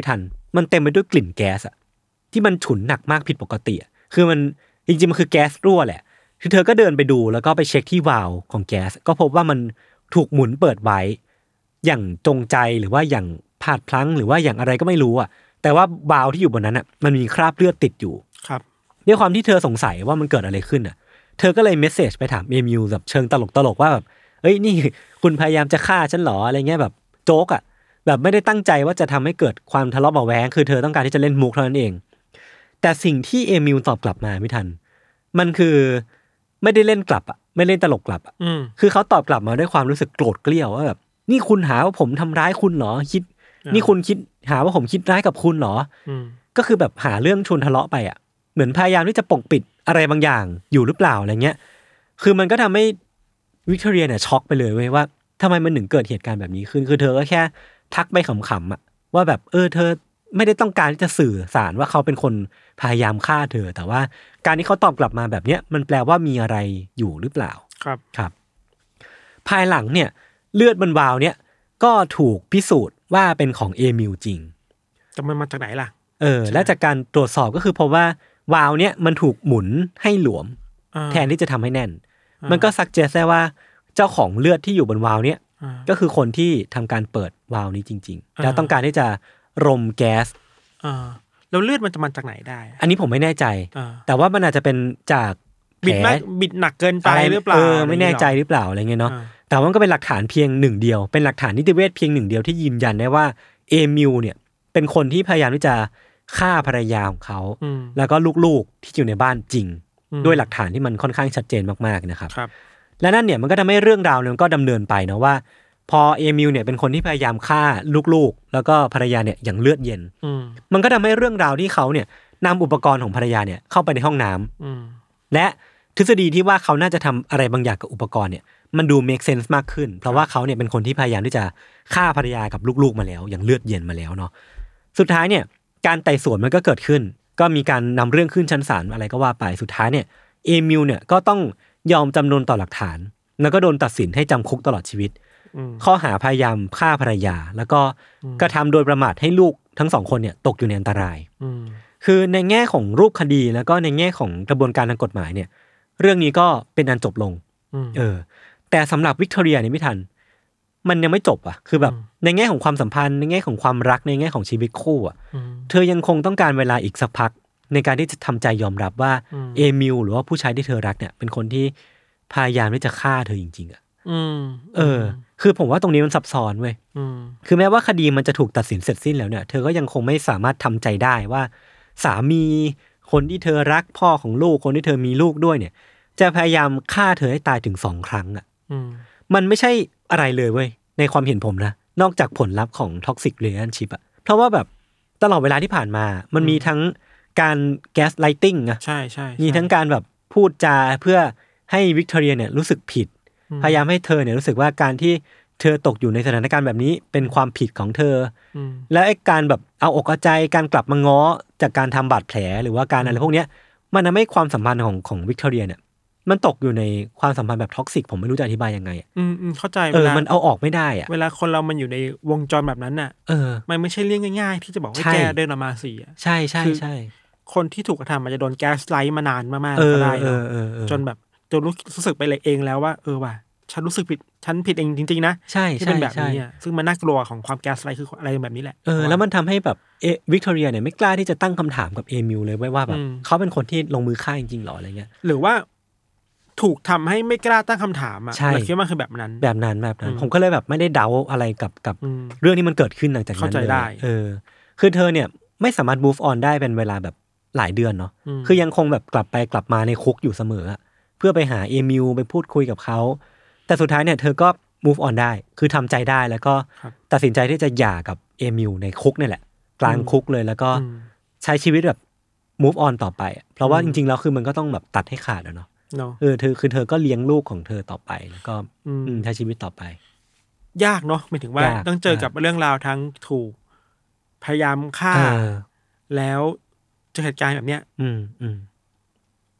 มันเต็มไปด้วยกลิ่นแก๊สอะที่มันฉุนหนักมากผิดปกติอะคือมันจริงๆมันคือแก๊สรั่วแหละคือเธอก็เดินไปดูแล้วก็ไปเช็คที่วาล์วของแก๊สก็พบว่ามันถูกหมุนเปิดไว้อย่างจงใจหรือว่าอย่างพลาดพลั้งหรือว่าอย่างอะไรก็ไม่รู้อะแต่ว่าวาล์วที่อยู่บนนั้นอะมันมีคราบเลือดติดอยู่ครับด้วยความที่เธอสงสัยว่ามันเกิดอะไรขึ้นอะเธอก็เลยเมสเสจไปถามเอมิวแบบเชิงตลกว่าแบบเอ้ยนี่คุณพยายามจะฆ่าฉันหรออะไรเงี้ยแบบโจ๊กอะแบบไม่ได้ตั้งใจว่าจะทำให้เกิดความทะเลาะเบาแหวงคือเธอต้องการที่จะเล่นมุกเท่านั้นเองแต่สิ่งที่เอมิวตอบกลับมาไม่ทันมันคือไม่ได้เล่นกลับอ่ะไม่เล่นตลกกลับอ่ะคือเขาตอบกลับมาด้วยความรู้สึกโกรธเกรี้ยวว่าแบบนี่คุณหาว่าผมทำร้ายคุณเหรอคิดนี่คุณคิดหาว่าผมคิดร้ายกับคุณเหรอก็คือแบบหาเรื่องชวนทะเลาะไปอ่ะเหมือนพยายามที่จะปกปิดอะไรบางอย่างอยู่หรือเปล่าอะไรเงี้ยคือมันก็ทำให้วิกตอเรียเนี่ยช็อกไปเลยเว้ยว่าทำไมมันถึงเกิดเหตุการณ์แบบนี้ขึ้นคือเธอก็แค่ทักไปขำๆอ่ะว่าแบบเธอไม่ได้ต้องการที่จะสื่อสารว่าเขาเป็นคนพยายามฆ่าเธอแต่ว่าการที่เขาตอบกลับมาแบบเนี้ยมันแปลว่ามีอะไรอยู่หรือเปล่าครับภายหลังเนี่ยเลือดบนวาล์วเนี่ยก็ถูกพิสูจน์ว่าเป็นของเอมิลจริงแต่มันมาจากไหนล่ะและจากการตรวจสอบก็คือพบว่าวาล์วเนี่ยมันถูกหมุนให้หลวมแทนที่จะทำให้แน่นมันก็ซักเจสได้ว่าเจ้าของเลือดที่อยู่บนวาล์วเนี่ยก็คือคนที่ทำการเปิดวาล์วนี้จริงๆแล้วต้องการที่จะรมแก๊สแล้วเลือดมันจะมาจากไหนได้อันนี้ผมไม่แน่ใจแต่ว่ามันอาจจะเป็นจากบิดหนักเกินไปหรือเปล่าไม่แน่ใจหรือเปล่าอะไรเงี้ยเนาะแต่ว่ามันก็เป็นหลักฐานเพียงหนึ่งเดียวเป็นหลักฐานนิติเวชเพียงหนึ่งเดียวที่ยืนยันได้ว่าเอมิลเนี่ยเป็นคนที่พยายามที่จะฆ่าภรรยาของเขาแล้วก็ลูกๆที่อยู่ในบ้านจริงด้วยหลักฐานที่มันค่อนข้างชัดเจนมากๆนะครับและนั่นเนี่ยมันก็ทำให้เรื่องราวเนี่ยก็ดำเนินไปนะว่าพอเอมิลเนี่ยเป็นคนที่พยายามฆ่าลูกๆแล้วก็ภรรยาเนี่ยอย่างเลือดเย็นมันก็ทำให้เรื่องราวที่เขาเนี่ยนำอุปกรณ์ของภรรยาเนี่ยเข้าไปในห้องน้ำและทฤษฎีที่ว่าเขาน่าจะทำอะไรบางอย่างกับอุปกรณ์เนี่ยมันดู make sense มากขึ้นเพราะว่าเขาเนี่ยเป็นคนที่พยายามที่จะฆ่าภรรยากับลูกๆมาแล้วอย่างเลือดเย็นมาแล้วเนาะสุดท้ายเนี่ยการไต่สวนมันก็เกิดขึ้นก็มีการนำเรื่องขึ้นชั้นศาลอะไรก็ว่าไปสุดท้ายเนี่ยเอมิลเนี่ยก็ต้องยอมจำนนต่อหลักฐานแล้วก็โดนตัดสินให้จำคุกตลอดชีวิตข้อหาพยายามฆ่าภรรยาแล้วก็กระทำโดยประมาทให้ลูกทั้งสองคนเนี่ยตกอยู่ในอันตรายคือในแง่ของรูปคดีแล้วก็ในแง่ของกระบวนการทางกฎหมายเนี่ยเรื่องนี้ก็เป็นอันจบลงแต่สำหรับวิกตอเรียเนี่ยไม่ทันมันยังไม่จบอ่ะคือแบบในแง่ของความสัมพันธ์ในแง่ของความรักในแง่ของชีวิตคู่อ่ะเธอยังคงต้องการเวลาอีกสักพักในการที่จะทำใจยอมรับว่าเอมิลหรือว่าผู้ชายที่เธอรักเนี่ยเป็นคนที่พยายามที่จะฆ่าเธอจริงๆอ่ะคือผมว่าตรงนี้มันซับซ้อนเว้ยคือแม้ว่าคดีมันจะถูกตัดสินเสร็จสิ้นแล้วเนี่ยเธอก็ยังคงไม่สามารถทำใจได้ว่าสามีคนที่เธอรักพ่อของลูกคนที่เธอมีลูกด้วยเนี่ยจะพยายามฆ่าเธอให้ตายถึง2 ครั้งอ่ะมันไม่ใช่อะไรเลยเว้ยในความเห็นผมนะนอกจากผลลัพธ์ของ toxic relationship อ่ะเพราะว่าแบบตลอดเวลาที่ผ่านมามันมีทั้งการ gaslighting นะใช่ๆมีทั้งการแบบพูดจาเพื่อให้วิกตอเรียเนี่ยรู้สึกผิดพยายามให้เธอเนี่ยรู้สึกว่าการที่เธอตกอยู่ในสถานการณ์แบบนี้เป็นความผิดของเธอและไอ้การแบบเอาอกเอาใจการกลับมาง้อจากการทำบาดแผลหรือว่าการอะไรพวกเนี้ยมันทำให้ความสัมพันธ์ของวิกตอเรียเนี่ยมันตกอยู่ในความสัมพันธ์แบบท็อกซิกผมไม่รู้จะอธิบายยังไงเข้าใจมันเอาออกไม่ได้เวลาคนเรามันอยู่ในวงจรแบบนั้นน่ะมันไม่ใช่เรื่องง่ายๆที่จะบอกให้แก้เดินออกมาสิใช่ใช่ใช่คนที่ถูกกระทำมันจะโดนแก๊สไลท์มานานมากๆก็ได้จนแบบจนรู้สึกไปเลยเองแล้วว่าว่ะฉันรู้สึกผิดฉันผิดเองจริงๆนะที่เป็นแบบนี้ซึ่งมันน่ากลัวของความแก๊สไลท์คืออะไรแบบนี้แหละแล้วมันทำให้แบบวิกตอเรียเนี่ยไม่กล้าที่จะตั้งคำถามกับเอมิลเลยว่าแบบเขาเป็นคนที่ลงมือฆ่าจริงๆหรออะไรเงี้ยหรือว่าถูกทำให้ไม่กล้าตั้งคำถามอ่ะเราคิดว่ามันคือแบบนั้นผมก็เลยแบบไม่ได้เดาอะไรกับเรื่องที่มันเกิดขึ้นหลังจากนั้นเลยคือเธอเนี่ยไม่สามารถ move on ได้เป็นเวลาแบบหลายเดือนเนาะคือยังคงแบบกลับไปกลับมาในคุกอยู่เสมอเพื่อไปหาเอมิลไปพูดคุยกับเขาแต่สุดท้ายเนี่ยเธอก็ move on ได้คือทำใจได้แล้วก็ตัดสินใจที่จะหย่ากับเอมิลในคุกนี่แหละกลางคุกเลยแล้วก็ใช้ชีวิตแบบ move on ต่อไปเพราะว่าจริงๆแล้วคือมันก็ต้องแบบตัดให้ขาดเนาะเธอก็เลี้ยงลูกของเธอต่อไปแล้วก็ใช้ชีวิตต่อไปยากเนาะหมายถึงว่าต้องเจอกับเรื่องราวทั้งถูกพยายามฆ่าแล้วเจอเหตุการณ์แบบเนี้ย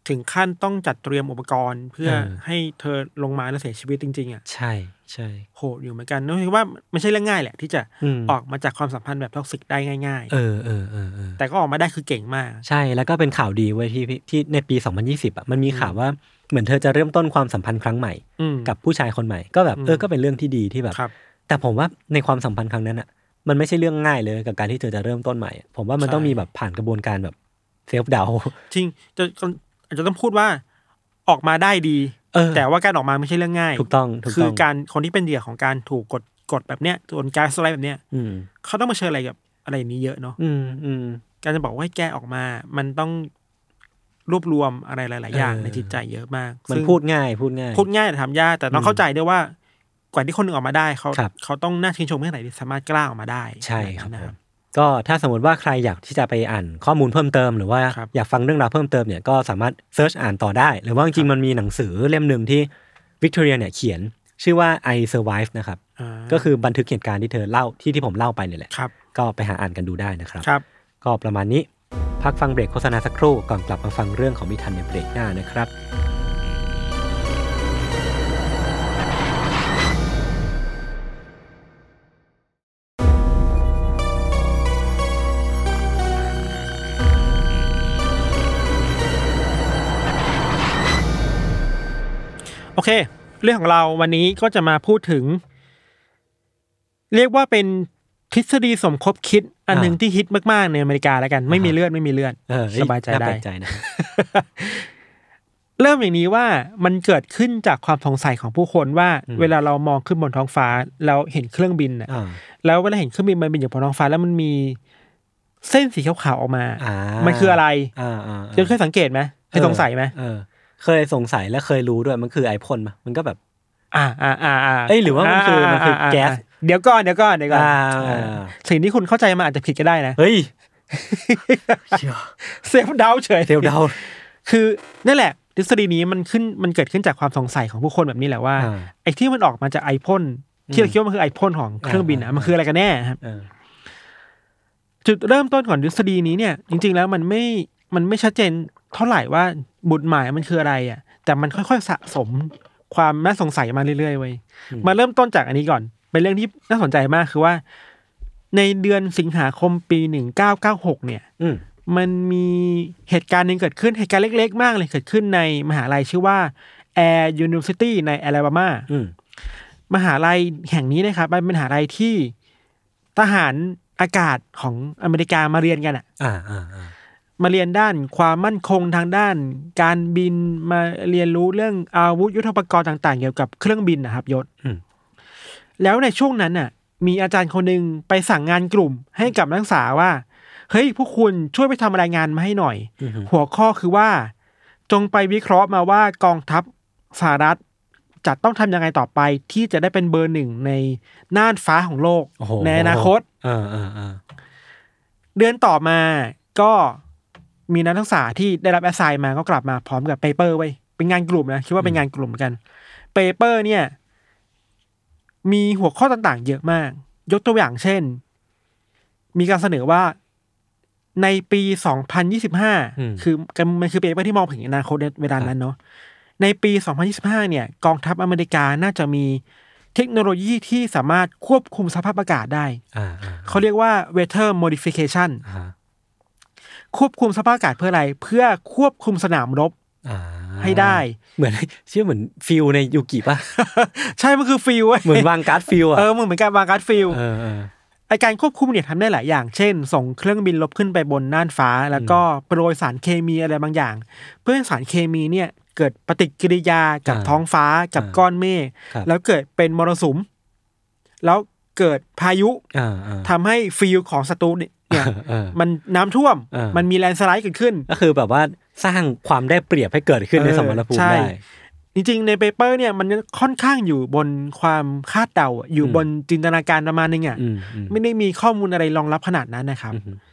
ถึงขั้นต้องจัดเตรียมอุปกรณ์เพื่อให้เธอลงมาแล้วเสียชีวิตจริงๆอ่ะใช่ใช่โหดอยู่เหมือนกันนึกว่าไม่ใช่เรื่องง่ายแหละที่จะออกมาจากความสัมพันธ์แบบท็อกซิกได้ง่ายๆแต่ก็ออกมาได้คือเก่งมากใช่แล้วก็เป็นข่าวดีเว้ยที่ในปี2020อ่ะมันมีข่าวว่าเหมือนเธอจะเริ่มต้นความสัมพันธ์ครั้งใหม่กับผู้ชายคนใหม่ก็แบบก็เป็นเรื่องที่ดีที่แบบแต่ผมว่าในความสัมพันธ์ครั้งนั้นอ่ะมันไม่ใช่เรื่องง่ายเลยกับการที่เธอจะเริ่มต้นใหม่ผมว่ามันต้องมีแบบผ่านกระบวนการแบบเซลฟ์ดาวจริงอาจจะต้องพูดว่าออกมาได้ดีแต่ว่าการออกมาไม่ใช่เรื่องง่ายถูกต้องคือการคนที่เป็นเหยื่อของการถูกกดแบบเนี้ยโดนการสไลด์แบบเนี้ยเขาต้องมาเจออะไรกับอะไรนี้เยอะเนาะการจะบอกว่าให้แก้ออกมามันต้องรวบรวมอะไรหลายๆอย่างในจิตใจเยอะมากมันพูดง่ายแต่ทำยากแต่ต้องเข้าใจด้วยว่ากว่าที่คนหนึ่งออกมาได้เขาต้องน่าชื่นชมแค่ไหนที่สามารถกล้าออกมาได้ใช่ครับก็ถ้าสมมติว่าใครอยากที่จะไปอ่านข้อมูลเพิ่มเติมหรือว่าอยากฟังเรื่องราวเพิ่มเติมเนี่ยก็สามารถเซิร์ชอ่านต่อได้หรือว่าจริงๆมันมีหนังสือเล่มนึงที่วิกตอเรียเนี่ยเขียนชื่อว่า I Survived นะครับก็คือบันทึกเหตุการณ์ที่เธอเล่าที่ผมเล่าไปเนี่ยแหละก็ไปหาอ่านกันดูได้นะครับก็ประมาณนี้พักฟังเบรกโฆษณาสักครู่ก่อนกลับมาฟังเรื่องของมิทันในเบรกหน้านะครับโอเคเรื่องของเราวันนี้ก็จะมาพูดถึงเรียกว่าเป็นทฤษฎีสมคบคิดอันนึงที่ฮิตมากๆในอเมริกาแล้วกันไม่มีเลือดสบายใจได้นะ เริ่มอย่างนี้ว่ามันเกิดขึ้นจากความสงสัยของผู้คนว่าเวลาเรามองขึ้นบนท้องฟ้าแล้วเห็นเครื่องบินแล้วเวลาเห็นเครื่องบินมันบินอยู่บนท้องฟ้าแล้วมันมีเส้นสีขาวๆออกมามันคืออะไรเคยสังเกตไหมเคยสงสัยไหมเคยสงสัยและเคยรู้ด้วยมันคือไอพ่นป่ะมันก็แบบหรือว่ามันคือแก๊สเดี๋ยวก่อนสิ่งที่คุณเข้าใจมาอาจจะผิดก็ได้นะเฮ้ยเซฟเดาเฉยคือนั่นแหละทฤษฎีนี้มันเกิดขึ้นจากความสงสัยของผู้คนแบบนี้แหละว่าไอ้ที่มันออกมาจากไอพ่นที่เราคิดว่ามันคือไอพ่นของเครื่องบินมันคืออะไรกันแน่ครับจุดเริ่มต้นของทฤษฎีนี้เนี่ยจริงๆแล้วมันไม่ชัดเจนเท่าไหร่ว่าบุตรหมายมันคืออะไรแต่มันค่อยๆสะสมความน่าสงสัยมาเรื่อยๆเว้ยมาเริ่มต้นจากอันนี้ก่อนเป็นเรื่องที่น่าสนใจมากคือว่าในเดือนสิงหาคมปี1996เนี่ยมันมีเหตุการณ์นึงเกิดขึ้นเหตุการณ์เล็กๆมากเลยเกิดขึ้นในมหาลัยชื่อว่า Air University ในแอลาบามา มหาลัยแห่งนี้นะครับมันเป็นมหาลัยที่ทหารอากาศของอเมริกามาเรียนกันมาเรียนด้านความมั่นคงทางด้านการบินมาเรียนรู้เรื่องอาวุธยุทโธปกรณ์ต่างๆเกี่ยวกับเครื่องบินนะครับยศแล้วในช่วงนั้นน่ะมีอาจารย์คนนึงไปสั่งงานกลุ่มให้กับนักศึกษาว่าเฮ้ยพวกคุณช่วยไปทำรายงานมาให้หน่อยหัวข้อคือว่าจงไปวิเคราะห์มาว่ากองทัพสหรัฐจะต้องทำยังไงต่อไปที่จะได้เป็นเบอร์หนึ่งในน่านฟ้าของโลกในอนาคตเดือนต่อมาก็มีนักศึกษาที่ได้รับแอสไซน์มาก็กลับมาพร้อมกับเปเปอร์ไว้เป็นงานกลุ่มนะคิดว่าเป็นงานกลุ่มเหมือนกันเปเปอร์เนี่ยมีหัวข้อต่างๆเยอะมากยกตัวอย่างเช่นมีการเสนอว่าในปี2025คือมันคือเปเปอร์ที่มองถึงอนาคตในเวลานั้นเนาะในปี2025เนี่ยกองทัพอเมริกาน่าจะมีเทคโนโลยีที่สามารถควบคุมสภาพอากาศได้เขาเรียกว่า weather modificationควบคุมสภาพอากาศเพื่ออะไรเพื่อควบคุมสนามรบให้ได้เหมือนชื่อเหมือนฟิลในยูกิป่ะใช่มันคือฟิลเหมือนวางการ์ดฟิลเหมือนการวางการ์ดฟิลไอการควบคุมเนี่ยทำได้หลายอย่างเช่นส่งเครื่องบินลบขึ้นไปบนน่านฟ้าแล้วก็โปรยสารเคมีอะไรบางอย่างเพื่อให้สารเคมีเนี่ยเกิดปฏิกิริยากับท้องฟ้ากับก้อนเมฆแล้วเกิดเป็นมรสุมแล้วเกิดพายุทำให้ฟิลของศัตรูเนี่ยมันน้ำท่วมมันมีแลนด์สไลด์เกิดขึ้นก็คือแบบว่าสร้างความได้เปรียบให้เกิดขึ้นในสมรภูมิได้จริงๆในเปเปอร์เนี่ยมันค่อนข้างอยู่บนความคาดเดาอยู่บนจินตนาการประมาณนึงไม่ได้มีข้อมูลอะไรรองรับขนาดนั้นนะครับ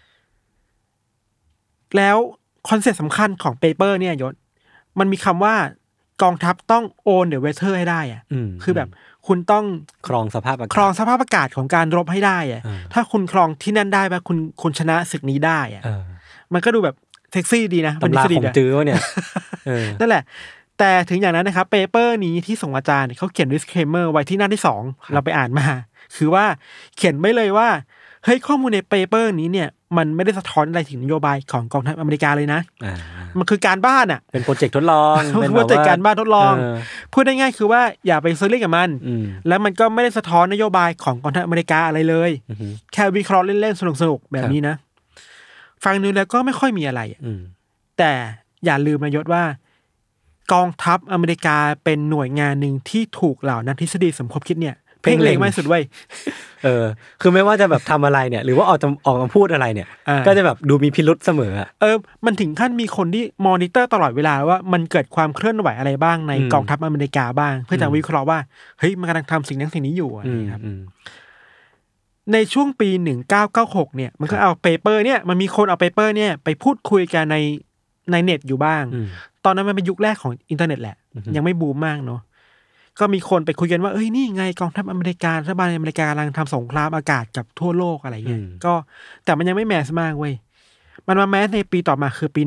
แล้วคอนเซ็ปต์สำคัญของเปเปอร์เนี่ยยศมันมีคำว่ากองทัพต้อง own the weather ให้ได้คือแบบคุณต้องครองสภาพอากาศของการรบให้ได้ถ้าคุณครองที่นั่นได้ป่ะคุณชนะศึกนี้ได้มันก็ดูแบบเซ็กซี่ดีนะตำราของจื้อเนี่ยนั่นแหละแต่ถึงอย่างนั้นนะครับเปเปอร์นี้ที่ส่งอาจารย์เขาเขียน disclaimer ไว้ที่หน้าที่2เราไปอ่านมาคือว่าเขียนไว้เลยว่าเฮ้ยข้อมูลในเปเปอร์นี้เนี่ยมันไม่ได้สะท้อนอะไรถึงนโยบายของกองทัพอเมริกาเลยนะมันคือการบ้านอ่ะเป็นโปรเจกต์ทดลองเป็นโปรเจกต์การบ้านทดลองพูดได้ง่ายคือว่าอย่าไปซื้อเล่นกับมันแล้วมันก็ไม่ได้สะท้อนนโยบายของกองทัพอเมริกาอะไรเลยแค่วิเคราะห์เล่นๆสนุกๆแบบนี้นะฟังดูแล้วก็ไม่ค่อยมีอะไรแต่อย่าลืมนะยศว่ากองทัพอเมริกาเป็นหน่วยงานหนึ่งที่ถูกเหล่านักทฤษฎีสมคบคิดเนี่ยเพ่งเล็งมากสุดเว้ยคือไม่ว่าจะแบบทำอะไรเนี่ยหรือว่าออกมาพูดอะไรเนี่ยก็จะแบบดูมีพิรุษเสมอมันถึงขั้นมีคนที่มอนิเตอร์ตลอดเวลาว่ามันเกิดความเคลื่อนไหวอะไรบ้างในกองทัพอเมริกาบ้างเพื่อจะวิเคราะห์ว่าเฮ้ยมันกำลังทำสิ่งนั้นสิ่งนี้อยู่นะครับในช่วงปี1996เนี่ยมันก็เอาเปเปอร์เนี่ยมันมีคนเอาเปเปอร์เนี่ยไปพูดคุยกันในเน็ตอยู่บ้างตอนนั้นมันเป็นยุคแรกของอินเทอร์เน็ตแหละยังไม่บูมมากเนาะก็มีคนไปคุยกันว่าเอ้ยนี่ไงกองทัพอเมริการัฐบาลอเมริกากำลังทำสงครามอากาศกับทั่วโลกอะไรเงี้ยก็แต่มันยังไม่แมสมากเว้ยมันมาแมสในปีต่อมาคือปี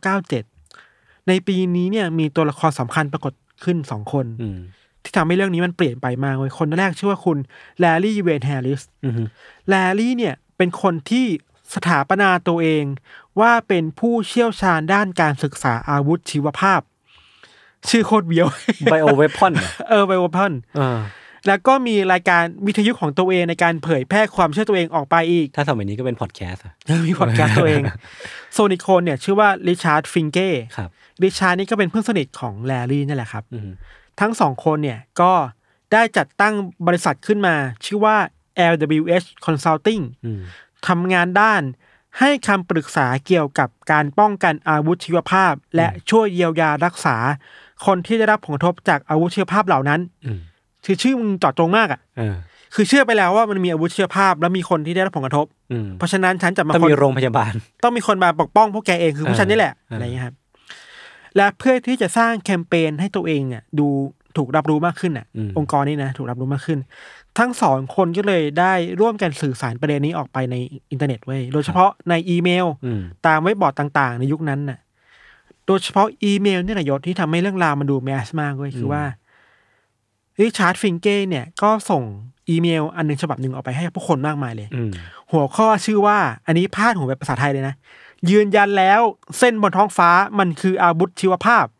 1997ในปีนี้เนี่ยมีตัวละครสำคัญปรากฏขึ้น2คนที่ทำให้เรื่องนี้มันเปลี่ยนไปมากเว้ยคนแรกชื่อว่าคุณแลรี่เวนแฮร์ริสแลรี่เนี่ยเป็นคนที่สถาปนาตัวเองว่าเป็นผู้เชี่ยวชาญด้านการศึกษาอาวุธชีวภาพชื่อโคตรเบียว Bioweapon Bioweapon แล้วก็มีรายการวิทยุของตัวเองในการเผยแพร่ความเชื่อตัวเองออกไปอีกถ้าสมัยนี้ก็เป็นพอดแคสต์มีพอดแคสต์ตัวเองโซนิโคนเนี่ยชื่อว่าริชาร์ดฟิงเก้ริชาร์ดนี่ก็เป็นเพื่อนสนิทของแลรี่นั่นแหละครับทั้ง2คนเนี่ยก็ได้จัดตั้งบริษัทขึ้นมาชื่อว่า LWH Consulting ทำงานด้านให้คำปรึกษาเกี่ยวกับการป้องกันอาวุธชีวภาพและช่วยเยียวยารักษาคนที่ได้รับผลกระทบจากอาวุธชีวภาพเหล่านั้นคือชื่อมึงเจาะจงมากคือเชื่อไปแล้วว่ามันมีอาวุธชีวภาพแล้วมีคนที่ได้รับผลกระทบเพราะฉะนั้นฉันจะมาต้องมีโรงพยาบาลต้องมีคนมาปกป้องพวกแกเองคือพวกฉันนี่แหละอะไรอย่างนี้ครับและเพื่อที่จะสร้างแคมเปญให้ตัวเองเนี่ยดูถูกรับรู้มากขึ้นองค์กรนี้นะถูกรับรู้มากขึ้นทั้ง2คนก็เลยได้ร่วมกันสื่อสารประเด็นนี้ออกไปในอินเทอร์เน็ตเว้ยโดยเฉพาะในอีเมลตามเว็บบอร์ดต่างๆในยุคนั้นน่ะโดยเฉพาะอีเมลนี่แหละยศที่ทำให้เรื่องราวมันดูแมสมากเว้ยคือว่าริชาร์ดฟิงเก้เนี่ยก็ส่งอีเมลอันนึงฉบับนึงออกไปให้ผู้คนมากมายเลยหัวข้อชื่อว่าอันนี้พาดหัวแบบภาษาไทยเลยนะยืนยันแล้วเส้นบนท้องฟ้ามันคืออาวุธชีวภาพ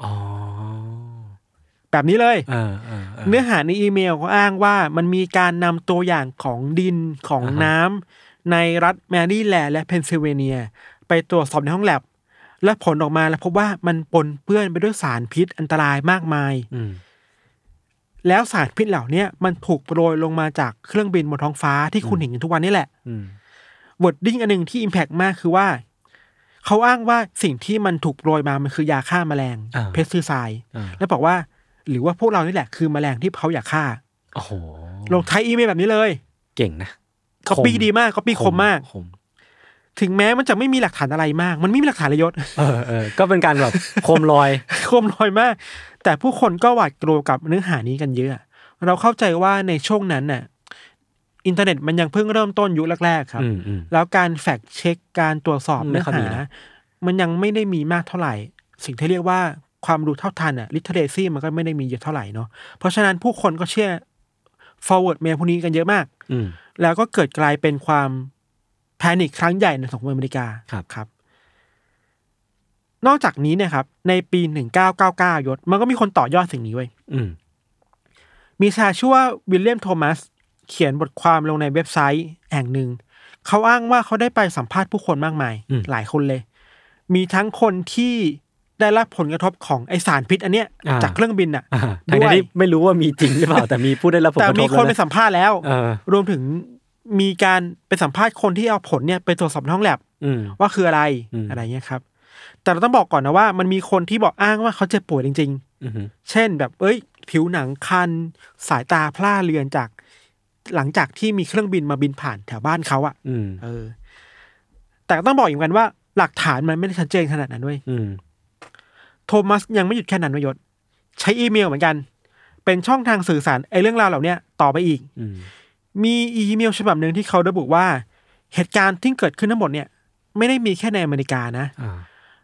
แบบนี้เลยเนื้อหาในอีเมลก็อ้างว่ามันมีการนำตัวอย่างของดินของน้ำในรัฐแมริแลนด์และเพนซิลเวเนียไปตรวจสอบในห้องแลบและผลออกมาแล้วพบว่ามันปนเปื้อนไปด้วยสารพิษอันตรายมากมายแล้วสารพิษเหล่านี้มันถูกโปรยลงมาจากเครื่องบินบนท้องฟ้าที่คุณเห็นอยู่ทุกวันนี้แหละวอร์ดดิ้งอันนึงที่อิมแพคมากคือว่าเขาอ้างว่าสิ่งที่มันถูกโปรยมามันคือยาฆ่าแมลงเพสติไซด์แล้วบอกว่าหรือว่าพวกเรานี่แหละคือแมลงที่เขาอยากฆ่าโอ้โหลงท้ายอีเมลแบบนี้เลยเก่งนะก๊อปปี้ดีมากก๊อปปี้คมมากถึงแม้มันจะไม่มีหลักฐานอะไรมากมันไม่มีหลักฐานเลยยศก็เป็นการแบบโคมลอยมากแต่ผู้คนก็หวาดกลัวกับเนื้อหานี้กันเยอะเราเข้าใจว่าในช่วงนั้นน่ะอินเทอร์เน็ตมันยังเพิ่งเริ่มต้นยุคแรกๆครับแล้วการแฟกเช็คการตรวจสอบเนื้อหามันยังไม่ได้มีมากเท่าไหร่สิ่งที่เรียกว่าความรู้เท่าทันลิเทเรซีมันก็ไม่ได้มีเยอะเท่าไหร่เนาะเพราะฉะนั้นผู้คนก็เชื่อ forward เมลพวกนี้กันเยอะมากแล้วก็เกิดกลายเป็นความแพนิคครั้งใหญ่ในสังคมอเมริกาครับนอกจากนี้เนี่ยครับในปี1999ยศมันก็มีคนต่อยอดสิ่งนี้ไว้มีชายชื่อว่าวิลเลียมโทมัสเขียนบทความลงในเว็บไซต์แห่งหนึ่งเขาอ้างว่าเขาได้ไปสัมภาษณ์ผู้คนมากมายหลายคนเลยมีทั้งคนที่ได้รับผลกระทบของไอสารพิษอันเนี้ยจากเครื่องบินอ่ะด้วยไม่รู้ว่ามีจริงหรือเปล่าแต่มีผู้ได้รับผลกระทบแต่มีคนไปสัมภาษณ์แล้วรวมถึงมีการไปสัมภาษณ์คนที่เอาผลเนี่ยไปตรวจสอบในห้องแลบว่าคืออะไรเงี้ยครับแต่เราต้องบอกก่อนนะว่ามันมีคนที่บอกอ้างว่าเขาเจ็บป่วยจริงๆเช่นแบบผิวหนังคันสายตาพร่าเลือนจากหลังจากที่มีเครื่องบินมาบินผ่านแถวบ้านเขาอ่ะแต่ต้องบอกอย่างกันว่าหลักฐานมันไม่ได้ชัดเจนขนาดนั้นด้วยโทมัสยังไม่หยุดแค่นั้นนะยศใช้อีเมลเหมือนกันเป็นช่องทางสื่อสารไอ้เรื่องราวเหล่านี้ต่อไปอีกมีอีเมลฉบับหนึ่งที่เขาระบุว่าเหตุการณ์ที่เกิดขึ้นทั้งหมดเนี่ยไม่ได้มีแค่ในอเมริกานะ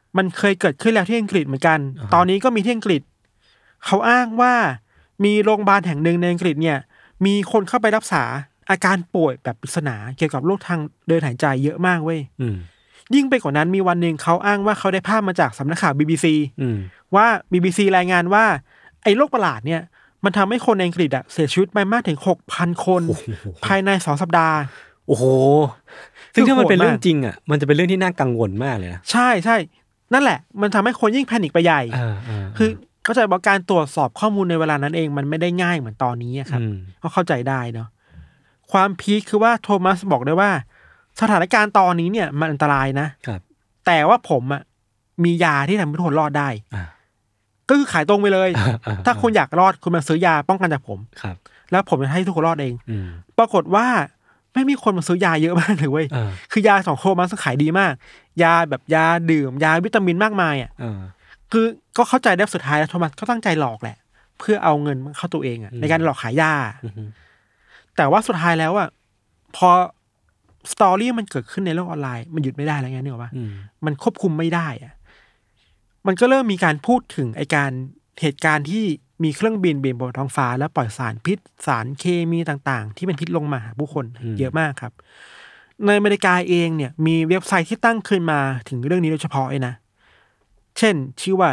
มันเคยเกิดขึ้นแล้วที่อังกฤษเหมือนกันตอนนี้ก็มีที่อังกฤษเขาอ้างว่ามีโรงพยาบาลแห่งหนึ่งในอังกฤษเนี่ยมีคนเข้าไปรักษาอาการป่วยแบบปริศนาเกี่ยวกับโรคทางเดินหายใจเยอะมากเว้ยยิ่งไปกว่านั้นมีวันหนึ่งเขาอ้างว่าเขาได้ภาพมาจากสำนักข่าว BBC ว่า BBC รายงานว่าไอ้โรคประหลาดเนี่ยมันทำให้คนในอังกฤษเสียชีวิตไปมากถึง 6,000 คนภายใน2 สัปดาห์โอ้โหซึ่งถ้ามันเป็นเรื่องจริงอ่ะมันจะเป็นเรื่องที่น่ากังวลมากเลยนะใช่ใช่นั่นแหละมันทำให้คนยิ่งแพนิคไปใหญ่คือเข้าใจว่าการตรวจสอบข้อมูลในเวลานั้นเองมันไม่ได้ง่ายเหมือนตอนนี้ครับก็เข้าใจได้เนาะความพีคคือว่าโทมัสบอกได้ว่าสถานการณ์ตอนนี้เนี่ยมันอันตรายนะครับแต่ว่าผมอ่ะมียาที่ทำให้ทุกคนรอดได้ก็คือขายตรงไปเลยถ้าคุณอยากรอดคุณมาซื้อยาป้องกันจากผมแล้วผมจะให้ทุกคนรอดเองปรากฏว่าไม่มีคนมาซื้อยาเยอะมากเลยเว้ยคือยา2 โทมัสขายดีมากยาแบบยาดื่มยาวิตามินมากมายอ่ะคือก็เข้าใจได้สุดท้ายแล้วโทมัสก็ตั้งใจหลอกแหละเพื่อเอาเงินเข้าตัวเองอ่ะในการหลอกขายยาแต่ว่าสุดท้ายแล้วอ่ะพอสตอรี่มันเกิดขึ้นในโลกออนไลน์มันหยุดไม่ได้แล้วไงนึกออกป่ะมันควบคุมไม่ได้อ่ะมันก็เริ่มมีการพูดถึงไอ้การเหตุการณ์ที่มีเครื่องบินบินบนท้องฟ้าแล้วปล่อยสารพิษสารเคมีต่างๆที่เป็นพิษลงมาหาผู้คนเยอะมากครับในอเมริกาเองเนี่ยมีเว็บไซต์ที่ตั้งขึ้นมาถึงเรื่องนี้โดยเฉพาะเลยนะเช่นชื่อว่า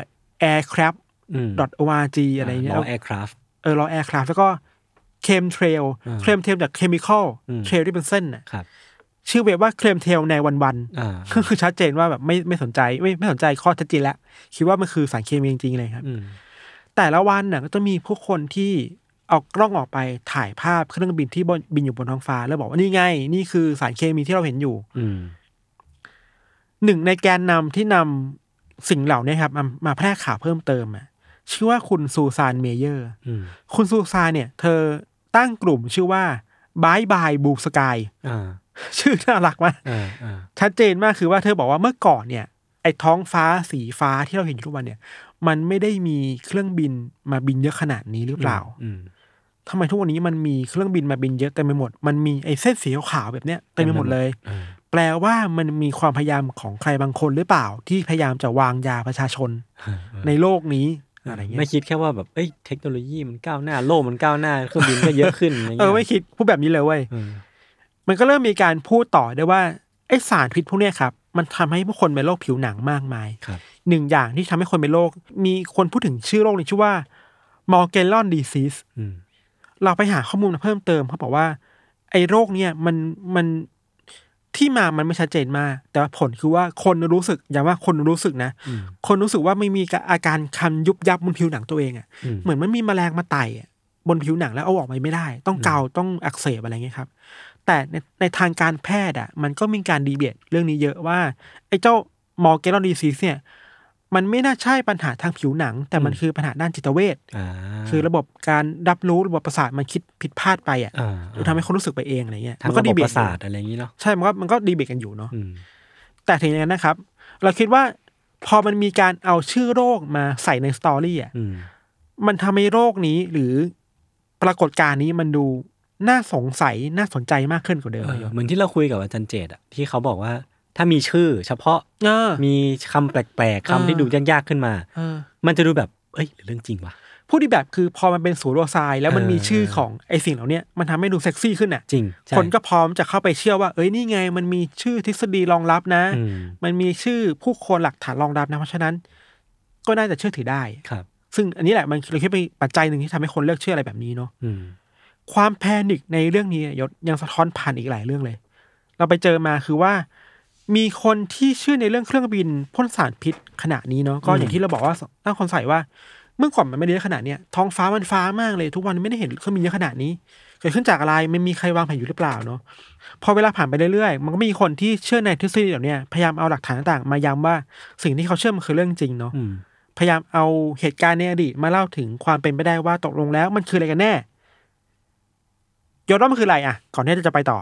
aircraft.org อะไรเงี้ย law aircraft law aircraft แล้วก็ chemtrail จาก chemical trail ที่เป็นเส้นน่ะชื่อเว็บว่า chemtrail ในวันๆก็คือชัดเจนว่าแบบไม่สนใจไม่สนใจข้อชัดเจนแล้วคิดว่ามันคือสารเคมีจริงๆเลยครับแต่ละวันน่ะก็จะมีผู้คนที่เอากล้องออกไปถ่ายภาพเครื่องบินที่บินอยู่บนท้องฟ้าแล้วบอกว่านี่ไงนี่คือสารเคมีที่เราเห็นอยู่หนึ่งในแกนนำที่นำสิ่งเหล่านี้ครับมาแพร่ข่าวเพิ่มเติมอ่ะชื่อว่าคุณซูซานเมเยอร์คุณซูซานเนี่ยเธอตั้งกลุ่มชื่อว่า Bye Bye Blue Sky ชื่อน่ารักมากชัดเจนมากคือว่าเธอบอกว่าเมื่อก่อนเนี่ยไอ้ท้องฟ้าสีฟ้าที่เราเห็นทุกวันเนี่ยมันไม่ได้มีเครื่องบินมาบินเยอะขนาดนี้หรือเปล่าทำไมทุกวันนี้มันมีเครื่องบินมาบินเยอะเต็มไปหมดมันมีไอ้เส้นสีขาวแบบเนี้ยเต็มไปหมดเลยแปลว่ามันมีความพยายามของใครบางคนหรือเปล่าที่พยายามจะวางยาประชาชนในโลกนี้อะไรเงี้ยไม่คิดแค่ว่าแบบเทคโนโลยีมันก้าวหน้าโลกมันก้าวหน้าเครื่องบินก็เยอะขึ้นอะไรเงี้ยไม่คิดพูดแบบนี้เลยเว้ยมันก็เริ่มมีการพูดต่อได้ว่าไอ้สารพิษพวกเนี้ยครับมันทำให้ผู้คนเป็นโรคผิวหนังมากมายหนึ่งอย่างที่ทำให้คนเป็นโรคมีคนพูดถึงชื่อโรคนี้ชื่อว่า Morgellon disease เราไปหาข้อมูลมาเพิ่มเติมเขาบอกว่าไอ้โรคเนี้ยมันที่มามันไม่ชัดเจนมากแต่ว่าผลคือว่าคนรู้สึกอย่างว่าคนรู้สึกนะคนรู้สึกว่าไม่มีอาการคันยุบยับบนผิวหนังตัวเองอ่ะเหมือนมันมีแมลงมาไต่บนผิวหนังแล้วเอาออกไปไม่ได้ต้องเกาต้องอักเสบอะไรเงี้ยครับแต่ในทางการแพทย์อ่ะมันก็มีการดีเบตเรื่องนี้เยอะว่าไอ้เจ้ามอร์แกลลอนดีซีสเนี่ยมันไม่น่าใช่ปัญหาทางผิวหนังแต่มันคือปัญหาด้านจิตเวชคือระบบการรับรู้ระบบประสาทมันคิดผิดพลาดไปอ่ะทำให้คนรู้สึกไปเองอะไรเงี้ยมันก็ดีเบตประสาทอะไรอย่างนี้เนาะใช่มันก็ดีเบตกันอยู่เนาะแต่ถึงอย่างนั้นนะครับเราคิดว่าพอมันมีการเอาชื่อโรคมาใส่ในสตอรี่อ่ะมันทำให้โรคนี้หรือปรากฏการณ์นี้มันดูน่าสงสัยน่าสนใจมากขึ้นกว่าเดิมเหมือนที่เราคุยกับอาจารย์เจตอ่ะที่เขาบอกว่าถ้ามีชื่อเฉพาะมีคำแปลกๆคำที่ดูยากๆขึ้นมามันจะดูแบบเรื่องจริงวะพูดดีแบบคือพอมันเป็นสูโรไซน์แล้วมันมีชื่อของไอ้สิ่งเหล่านี้มันทำให้ดูเซ็กซี่ขึ้นอ่ะจริงคนก็พร้อมจะเข้าไปเชื่อว่านี่ไงมันมีชื่อทฤษฎีรองรับนะมันมีชื่อผู้คนหลักฐานรองรับนะเพราะฉะนั้นก็น่าจะเชื่อถือได้ครับซึ่งอันนี้แหละมันเราคิดเป็นปัจจัยหนึ่งที่ทำให้คนเลือกเชื่ออะไรแบบนี้เนาะความแพนิคในเรื่องนี้ยศยังสะท้อนผ่านอีกหลายเรื่องเลยเราไปเจอมาคือว่ามีคนที่เชื่อในเรื่องเครื่องบินพ่นสารพิษขนาดนี้เนาะก็อย่างที่เราบอกว่าตั้งคนใส่ว่าเมื่อก่อนมันไม่ได้ขนาดเนี้ยท้องฟ้ามันฟ้ามากเลยทุกวันไม่ได้เห็นเครื่องบินเยอะขนาดนี้เกิดขึ้นจากอะไรมันมีใครวางแผนอยู่หรือเปล่าเนาะพอเวลาผ่านไปเรื่อยๆมันก็มีคนที่เชื่อในทฤษฎีเหล่านี้พยายามเอาหลักฐานต่างๆมาย้ำว่าสิ่งที่เขาเชื่อมันคือเรื่องจริงเนาะพยายามเอาเหตุการณ์ในอดีตมาเล่าถึงความเป็นไปได้ว่าตกลงแล้วมันคืออะไรกันแน่ยศว่ามันคืออะไรก่อนที่จะไปต่อ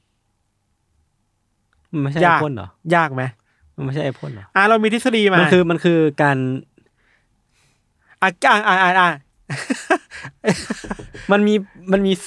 มันไม่ใช่ไอพ่นเหรอยากไหมมันไม่ใช่ไอพ่นเหรอเรามีทฤษฎีมามันคือการมันมี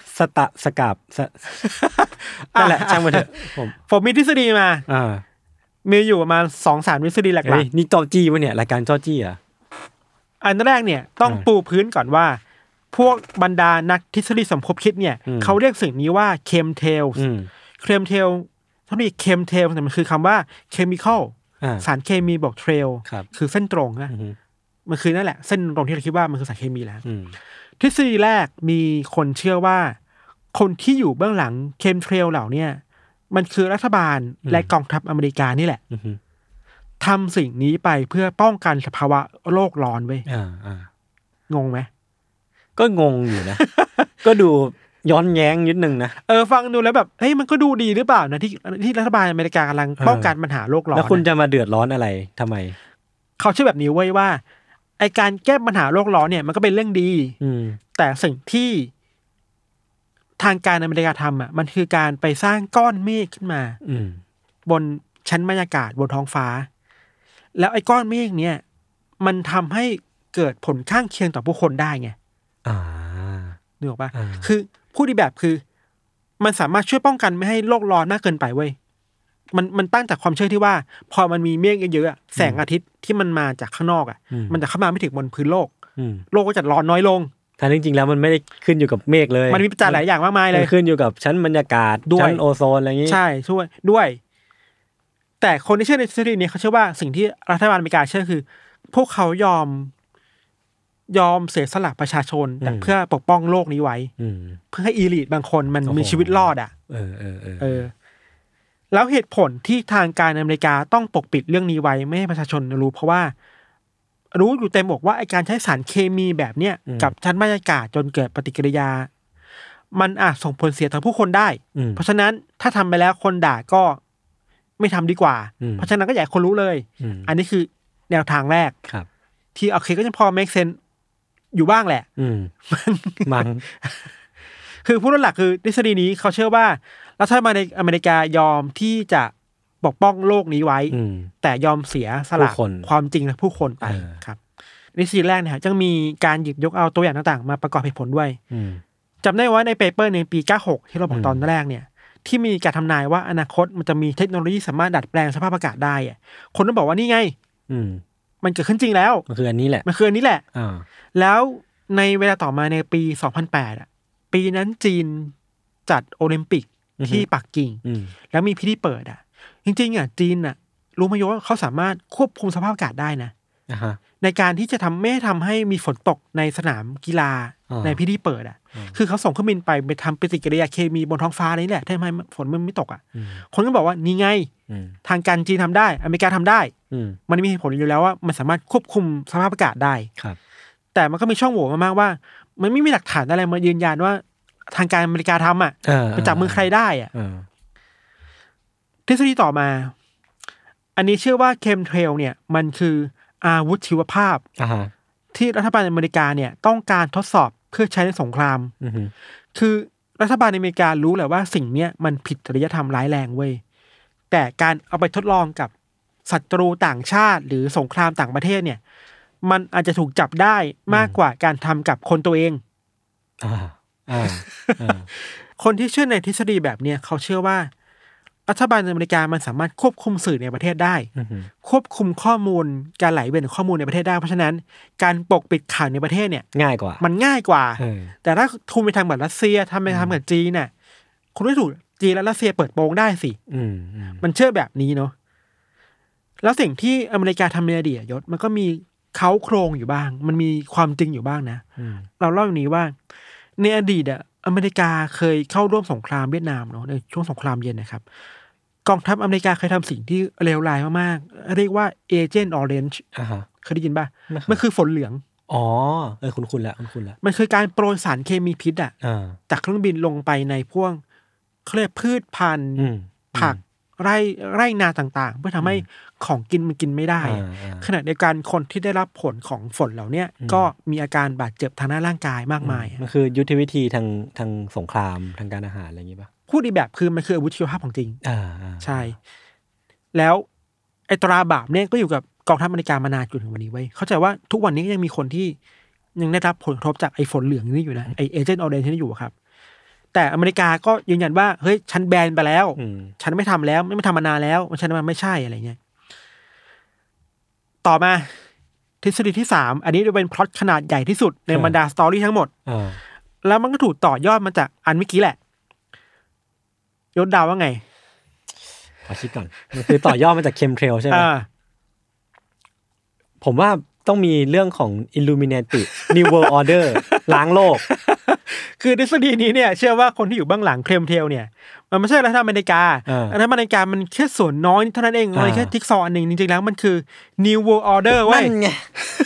สกาบนั่นแหละช่างมันเถอะผมมีทฤษฎีมามีอยู่ประมาณ 2-3 ทฤษฎีหลักๆนี่จอจี้ป่ะเนี่ยรายการจอจี้อ่ะอันแรกเนี่ยต้องปูพื้นก่อนว่าพวกบรรดานักทฤษฎีสมคบคิดเนี่ยเขาเรียกสิ่งนี้ว่าเคมเทลเคมเทลถ้ามีเคมเทลมันคือคำว่าเคมีคอลสารเคมีบอกเทรลคือเส้นตรงนะมันคือนั่นแหละเส้นตรงที่เราคิดว่ามันคือสารเคมีแล้วทฤษฎีแรกมีคนเชื่อว่าคนที่อยู่เบื้องหลังเคมเทรลเหล่านี้มันคือรัฐบาลและกองทัพอเมริกานี่แหละทำสิ่งนี้ไปเพื่อป้องกันสภาวะโลกร้อนเว้ยงงไหมก็งงอยู่นะ ก็ดูย้อนแย้งนิดนึงนะฟังดูแล้วแบบเฮ้ยมันก็ดูดีหรือเปล่านะที่รัฐบาลอเมริกากำลังป้องกันปัญหาโลกร้อนแล้วคุณจะมาเดือดร้อนอะไรทำไมเขาเชื่อแบบนี้ไว้ว่าไอการแก้ปัญหาโลกร้อนเนี่ยมันก็เป็นเรื่องดีแต่สิ่งที่ทางการอเมริกาทำอ่ะมันคือการไปสร้างก้อนเมฆขึ้นมาบนชั้นบรรยากาศบนท้องฟ้าแล้วไอ้ก้อนเมฆเนี่ยมันทำให้เกิดผลข้างเคียงต่อผู้คนได้ไงนึกออกปะคือพูดอีกแบบคือมันสามารถช่วยป้องกันไม่ให้โลกร้อนมากเกินไปเว้ยมันตั้งจากความเชื่อที่ว่าพอมันมีเมฆเยอะๆแสงอาทิตย์ที่มันมาจากข้างนอกอ่ะมันจะเข้ามาไม่ถึงบนพื้นโลกโลกก็จะร้อนน้อยลงแต่จริงๆแล้วมันไม่ได้ขึ้นอยู่กับเมฆเลยมันมีปัจจัยหลายอย่างมากมายเลยขึ้นอยู่กับชั้นบรรยากาศชั้นโอโซนอะไรอย่างงี้ใช่ช่วยด้วยแต่คนที่เชื่อในทฤษฎีนี้เขาเชื่อว่าสิ่งที่รัฐบาลอเมริกาเชื่อคือพวกเขายอมเสียสละประชาชนแต่เพื่อปกป้องโลกนี้ไว้เพื่อให้อีลิทบางคนมันมีชีวิตรอดอ่ะแล้วเหตุผลที่ทางการอเมริกาต้องปกปิดเรื่องนี้ไว้ไม่ให้ประชาชนรู้เพราะว่ารู้อยู่เต็มอกว่าไอ้การใช้สารเคมีแบบเนี้ยกับชั้นบรรยากาศจนเกิดปฏิกิริยามันอาจส่งผลเสียต่อผู้คนได้เพราะฉะนั้นถ้าทำไปแล้วคนด่าก็ไม่ทำดีกว่าเพราะฉะนั้นก็อยากคนรู้เลยอันนี้คือแนวทางแรกที่โอเคก็ยังพอ make sense อยู่บ้างแหละมันคือผู้หลักคือทฤษฎีนี้เขาเชื่อว่ารัฐบาลในอเมริกายอมที่จะปกป้องโลกนี้ไว้แต่ยอมเสียสละความจริงและผู้คนไปครับทฤษฎีแรกเนี่ยจะมีการหยิบยกเอาตัวอย่างต่างๆมาประกอบเหตุผลด้วยจำได้ว่าในเปเปอร์ในปี96ที่เราบอกตอนแรกเนี่ยที่มีการทำนายว่าอนาคตมันจะมีเทคโนโลยีสามารถดัดแปลงสภาพอากาศได้อ่ะคนก็บอกว่านี่ไงมันเกิดขึ้นจริงแล้วมันคืออันนี้แหละแล้วในเวลาต่อมาในปี2008อ่ะปีนั้นจีนจัดโอลิมปิกที่ปักกิ่งแล้วมีพิธีเปิดอ่ะจริงๆอ่ะจีนอ่ะรู้มาว่าเขาสามารถควบคุมสภาพอากาศได้นะในการที่จะไม่ทำให้มีฝนตกในสนามกีฬาในพิธีเปิดอ่ะคือเขาส่งเครื่องบินไปทำปฏิกิริยาเคมีบนท้องฟ้านี่แหละทำให้ฝนมันไม่ตกอ่ะคนก็บอกว่านี่ไงทางการจีนทำได้อเมริกาทำได้มันมีผลอยู่แล้วว่ามันสามารถควบคุมสภาพอากาศได้แต่มันก็มีช่องโหว่มากๆว่ามันไม่มีหลักฐานอะไรมายืนยันว่าทางการอเมริกาทำอ่ะไปจับมือใครได้อ่ะทฤษฎีต่อมาอันนี้เชื่อว่าเคมเทรลเนี่ยมันคืออาวุธชีวภาพที่รัฐบาลอเมริกาเนี่ยต้องการทดสอบเพื่อใช้ในสงครามคือรัฐบาลอเมริการู้แหละว่าสิ่งเนี้ยมันผิดจริยธรรมร้ายแรงเว้ยแต่การเอาไปทดลองกับศัตรูต่างชาติหรือสงครามต่างประเทศเนี่ยมันอาจจะถูกจับได้มากกว่าการทำกับคนตัวเองคนที่เชื่อในทฤษฎีแบบเนี้ยเขาเชื่อว่ารัฐบาลอเมริกามันสามารถควบคุมสื่อในประเทศได้ควบคุมข้อมูลการไหลเวียนข้อมูลในประเทศได้เพราะฉะนั้นการปกปิดข่าวในประเทศเนี่ยง่ายกว่ามันง่ายกว่าแต่ถ้าคุณไปทำแบบรัสเซียทำไปทำกับจีนน่ะคุณไม่ถูกจีนและรัสเซียเปิดโปงได้สิมันเชื่อแบบนี้เนาะแล้วสิ่งที่อเมริกาทำในอดีตยศมันก็มีเค้าโครงอยู่บ้างมันมีความจริงอยู่บ้างนะเราเล่าอย่างนี้ว่าในอดีตอเมริกาเคยเข้าร่วมสงครามเวียดนามเนาะในช่วงสงครามเย็นนะครับกองทัพอเมริกาเคยทำสิ่งที่เลวร้ายมากๆเรียกว่าเอเจนต์ออเรนจ์เคยได้ยินป่ะมันคือฝนเหลืองคุณละมันคือการโปรยสารเคมีพิษจากเครื่องบินลงไปในพวกเขาเรียกพืชพันธุ์ผักไร่นาต่างๆเพื่อทำให้ของกินมันกินไม่ได้ขณะเดียวกันคนที่ได้รับผลของฝนเหล่านี้ก็มีอาการบาดเจ็บทางด้านร่างกายมากมายมันคือยุทธวิธีทางสงครามทางการอาหารอะไรอย่างนี้ป่ะพูดอีกแบบคือมันคืออาวุธชีวภาพของจริงใช่แล้วไอ้ตราบาปเนี่ยก็อยู่กับกองทัพอเมริกามานานจนถึงวันนี้ไว้เข้าใจว่าทุกวันนี้ก็ยังมีคนที่ยังได้รับผลกระทบจากไอ้ฝนเหลืองนี่อยู่นะไอ้เอเจนต์ออเรนจ์นี่อยู่ครับแต่อเมริกาก็ยืนยันว่าเฮ้ยฉันแบนไปแล้วฉันไม่ทำแล้วไม่ทำมานานแล้วฉันมันไม่ใช่อะไรเงี้ยต่อมาทฤษฎีที่3อันนี้จะเป็นพล็อตขนาดใหญ่ที่สุดในบรรดาสตอรี่ทั้งหมดแล้วมันก็ถูกต่อยอดมาจากอันเมื่อกี้แหละยศเดาว่าไงขอคิดก่อนมันคือต่อยอดมาจากเคมเทรลใช่ไหมผมว่าต้องมีเรื่องของ Illuminati New World Order ล้างโลกคือทฤษฎีนี้เนี่ยเชื่อว่าคนที่อยู่เบื้องหลังเคมเทรลเนี่ยมันไม่ใช่รัฐบาลอเมริการัฐบาลอเมริกามันแค่ส่วนน้อยเท่านั้นเองมันแค่จิ๊กซอว์อันนึงจริงๆแล้วมันคือ New World Order เว้ยนั่นไง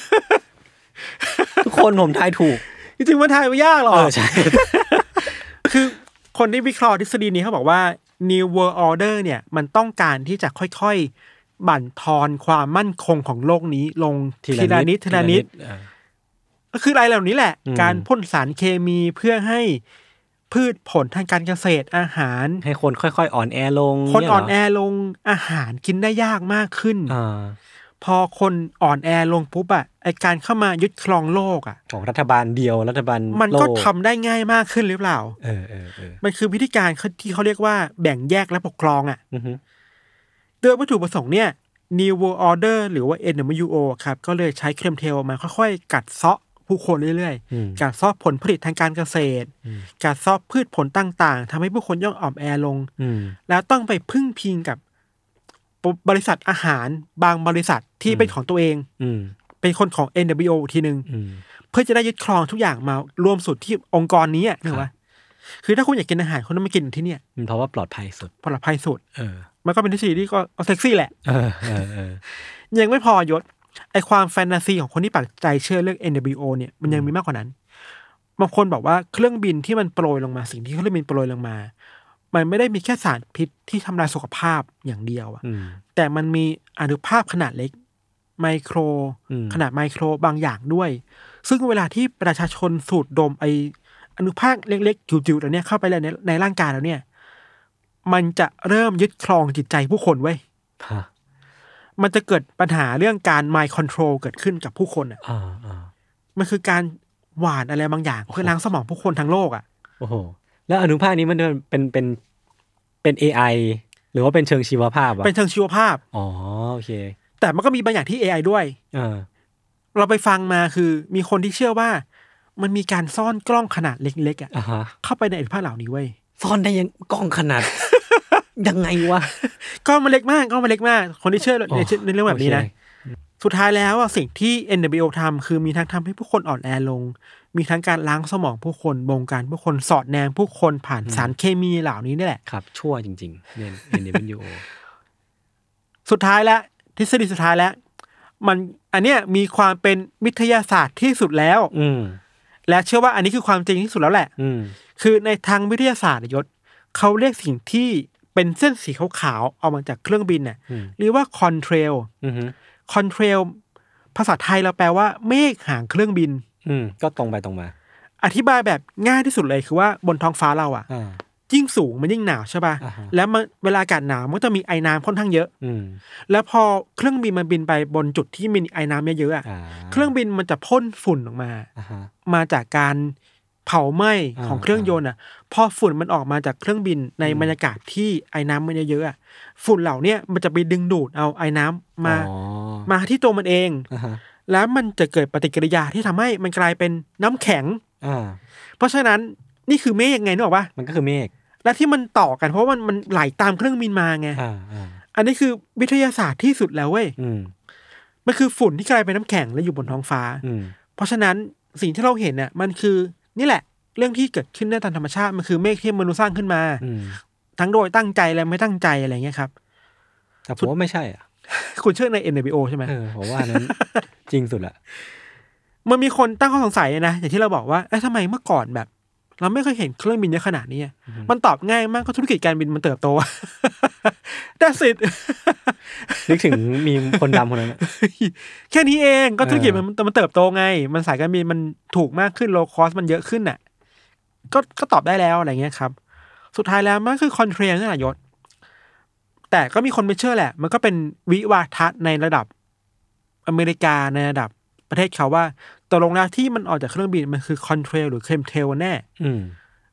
ทุกคนผมทายถูกจริงๆมันทายไม่ยากหรอกใช่คือคนที่วิเคราะห์ทฤษฎีนี้เขาบอกว่า New World Order เนี่ยมันต้องการที่จะค่อยๆบั่นทอนความมั่นคงของโลกนี้ลงทีละนิดก็คืออะไรเหล่านี้แหละการพ่นสารเคมีเพื่อให้พืชผลทางการเกษตรอาหารให้คนค่อยๆอ่อนแอลงคนอ่อนแอลงอาหารกินได้ยากมากขึ้นพอคนอ่อนแอลงปุ๊บอ่ะไอการเข้ามายึดครองโลกอ่ะของรัฐบาลเดียวรัฐบาลมันก็ทำได้ง่ายมากขึ้นหรือเปล่ามันคือวิธีการที่เขาเรียกว่าแบ่งแยกและปกครองอ่ะโดยวัตถุประสงค์เนี่ย New World Order หรือว่า NWO ครับก็เลยใช้เคมเทลมาค่อยๆกัดเซาะผู้คนเรื่อยๆกัดเซาะผลผลิตทางการเกษตรกัดเซาะพืชผลต่างๆทำให้ผู้คนย่อมอ่อนแอลงแล้วต้องไปพึ่งพิงกับบริษัทอาหารบางบริษัทที่เป็นของตัวเองเป็นคนของ NWO ทีนึงเพื่อจะได้ยึดครองทุกอย่างมารวมสุดที่องค์กรนี้อ่ะนึกว่าคือถ้าคุณอยากกินอาหารคุณต้องมากินที่เนี่ยเพราะว่าปลอดภัยสุดมันก็เป็นทฤษฎีที่ก็เซ็กซี่แหละยังไม่พอยศไอความแฟนตาซีของคนที่ปักใจเชื่อเรื่อง NWO เนี่ยมันยังมีมากกว่านั้นบางคนบอกว่าเครื่องบินที่มันโปรยลงมาสิ่งที่เครื่องบินโปรยลงมามันไม่ได้มีแค่สารพิษที่ทำลายสุขภาพอย่างเดียวอ่ะแต่มันมีอนุภาคขนาดเล็กไมโครขนาดไมโครบางอย่างด้วยซึ่งเวลาที่ประชาชนสูดดมไออนุภาคเล็กๆจิ๋วๆเหล่านี้เข้าไปในร่างกายแล้วเนี่ยมันจะเริ่มยึดครองจิตใจผู้คนไว้มันจะเกิดปัญหาเรื่องการ mind control เกิดขึ้นกับผู้คนอ่ะมันคือการหว่านอะไรบางอย่างเพื่อล้างสมองผู้คนทั้งโลกอ่ะโอ้โหแล้วอนุภาคนี้มันเป็น AI หรือว่าเป็นเชิงชีวภาพอ่ะเป็นเชิงชีวภาพอ๋อโอเคแต่มันก็มีบางอย่างที่ AI ด้วยเราไปฟังมาคือมีคนที่เชื่อว่ามันมีการซ่อนกล้องขนาดเล็กๆอ่ะเข้าไปในอนุภาคเหล่านี้เว้ยซ่อนได้ยังกล้องขนาด ยังไงวะก็มันเล็กมากคนที่เชื่อในเรื่องแบบนี้นะสุดท้ายแล้วอ่ะสิ่งที่ NWO ทำคือมีทั้งทำให้ผู้คนอ่อนแอลงมีทั้งการล้างสมองผู้คนบงการผู้คนสอดแนมผู้คนผ่านสารเคมีเหล่านี้นี่แหละครับชั่วจริงๆเนี่ย NWO สุดท้ายแล้วทฤษฎีสุดท้ายแล้วมันอันเนี้ยมีความเป็นวิทยาศาสตร์ที่สุดแล้วและเชื่อว่าอันนี้คือความจริงที่สุดแล้วแหละคือในทางวิทยาศาสตร์ยศเขาเรียกสิ่งที่เป็นเส้นสีขาวๆออกมาจากเครื่องบินน่ะเรียกว่าคอนเทรลคอนเทรลภาษาไทยเราแปลว่าเมฆหางเครื่องบินก็ตรงไปตรงมาอธิบายแบบง่ายที่สุดเลยคือว่าบนท้องฟ้าเราอ่ะยิ่งสูงมันยิ่งหนาวใช่ป่ะแล้วเวลาอากาศหนาวมันจะมีไอน้ำค่อนข้างเยอะแล้วพอเครื่องบินมันบินไปบนจุดที่มีไอน้ำเยอะๆเครื่องบินมันจะพ่นฝุ่นออกมาจากการเผาไหม้ของเครื่องยนต์อ่ะพอฝุ่นมันออกมาจากเครื่องบินในบรรยากาศที่ไอน้ำมันเยอะๆฝุ่นเหล่านี้มันจะไปดึงดูดเอาไอน้ำมาที่ตัวมันเองแล้วมันจะเกิดปฏิกิริยาที่ทำให้มันกลายเป็นน้ำแข็งเพราะฉะนั้นนี่คือเมฆยังไงนึกออกปะมันก็คือเมฆและที่มันต่อกันเพราะมันไหลตามเครื่องบินมาไงอันนี้คือวิทยาศาสตร์ที่สุดแล้วเว้ยมันคือฝุ่นที่กลายเป็นน้ำแข็งแล้วอยู่บนท้องฟ้าเพราะฉะนั้นสิ่งที่เราเห็นเนี่ยมันคือนี่แหละเรื่องที่เกิดขึ้นได้ตามธรรมชาติมันคือเมฆที่มนุษย์สร้างขึ้นมาทั้งโดยตั้งใจและไม่ตั้งใจอะไรเงี้ยครับแต่ผมว่าไม่ใช่อ่ะคุณเชื่อใน NWO ใช่ไหมผมว่านั้นจริงสุดละมันมีคนตั้งข้อสงสัยนะอย่างที่เราบอกว่าทำไมเมื่อก่อนแบบเราไม่เคยเห็นเครื่องบินเยอะขนาดนี้มันตอบง่ายมากก็ธุรกิจการบินมันเติบโตได้สินึกถึงมีคนดำคนนั้นแค่นี้เองก็ธุรกิจมันเติบโตไงมันสายการบินมันถูกมากขึ้นโลคอสมันเยอะขึ้นน่ะก็ตอบได้แล้วอะไรเงี้ยครับสุดท้ายแล้วมันคือคอนเทรลนั่นแหละยศแต่ก็มีคนไม่เชื่อแหละมันก็เป็นวิวาทะในระดับอเมริกาในระดับประเทศเขาว่าตกลงแล้วที่มันออกจากเครื่องบินมันคือคอนเทรลหรือเคมเทลแน่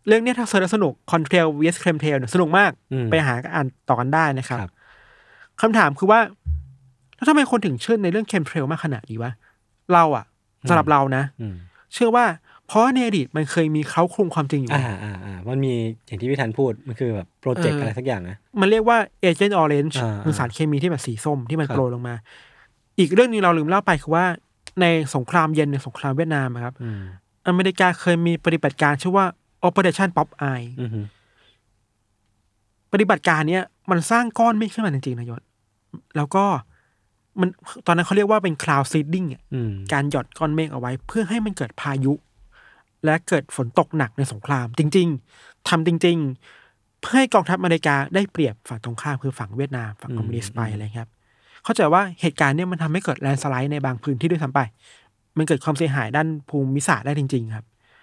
เรื่องนี้ถ้าเสิร์ชสนุก Contrail vs Chemtrail เนี่ยสนุกมากไปหาอ่านต่อกันได้นะครับคำถามคือว่าแล้วทำไมคนถึงเชื่อในเรื่อง Chemtrail มากขนาดนี้วะเราอ่ะสำหรับเรานะเชื่อว่าเพราะในอดีตมันเคยมีเขาคลุมความจริงอยู่มันมีอย่างที่พี่ธันพูดมันคือแบบโปรเจกต์อะไรสักอย่างนะมันเรียกว่า Agent Orange คือสารเคมีที่แบบสีส้มที่มันโปรยลงมาอีกเรื่องนึงเราลืมเล่าไปคือว่าในสงครามเย็นในสงครามเวียดนามครับอเมริกาเคยมีปฏิบัติการชื่อว่า Operation Popeye ปฏิบัติการเนี้ยมันสร้างก้อนเมฆขึ้นมาจริงๆนะยศแล้วก็มันตอนนั้นเขาเรียกว่าเป็น cloud seeding การหย่อนก้อนเมฆเอาไว้เพื่อให้มันเกิดพายุและเกิดฝนตกหนักในสงครามจริงๆทำจริงๆเพื่อให้กองทัพอเมริกาได้เปรียบฝั่งตรงข้ามคือฝั่งเวียดนามฝั่งคอมมิวนิสต์ไปอะไรครับเข้าใจว่าเหตุการณ์เนี้ยมันทำให้เกิดแลนด์สไลด์ในบางพื้นที่ด้วยซ้ำไปมันเกิดความเสียหายด้านภูมิศาสตร์ได้จริงๆครับ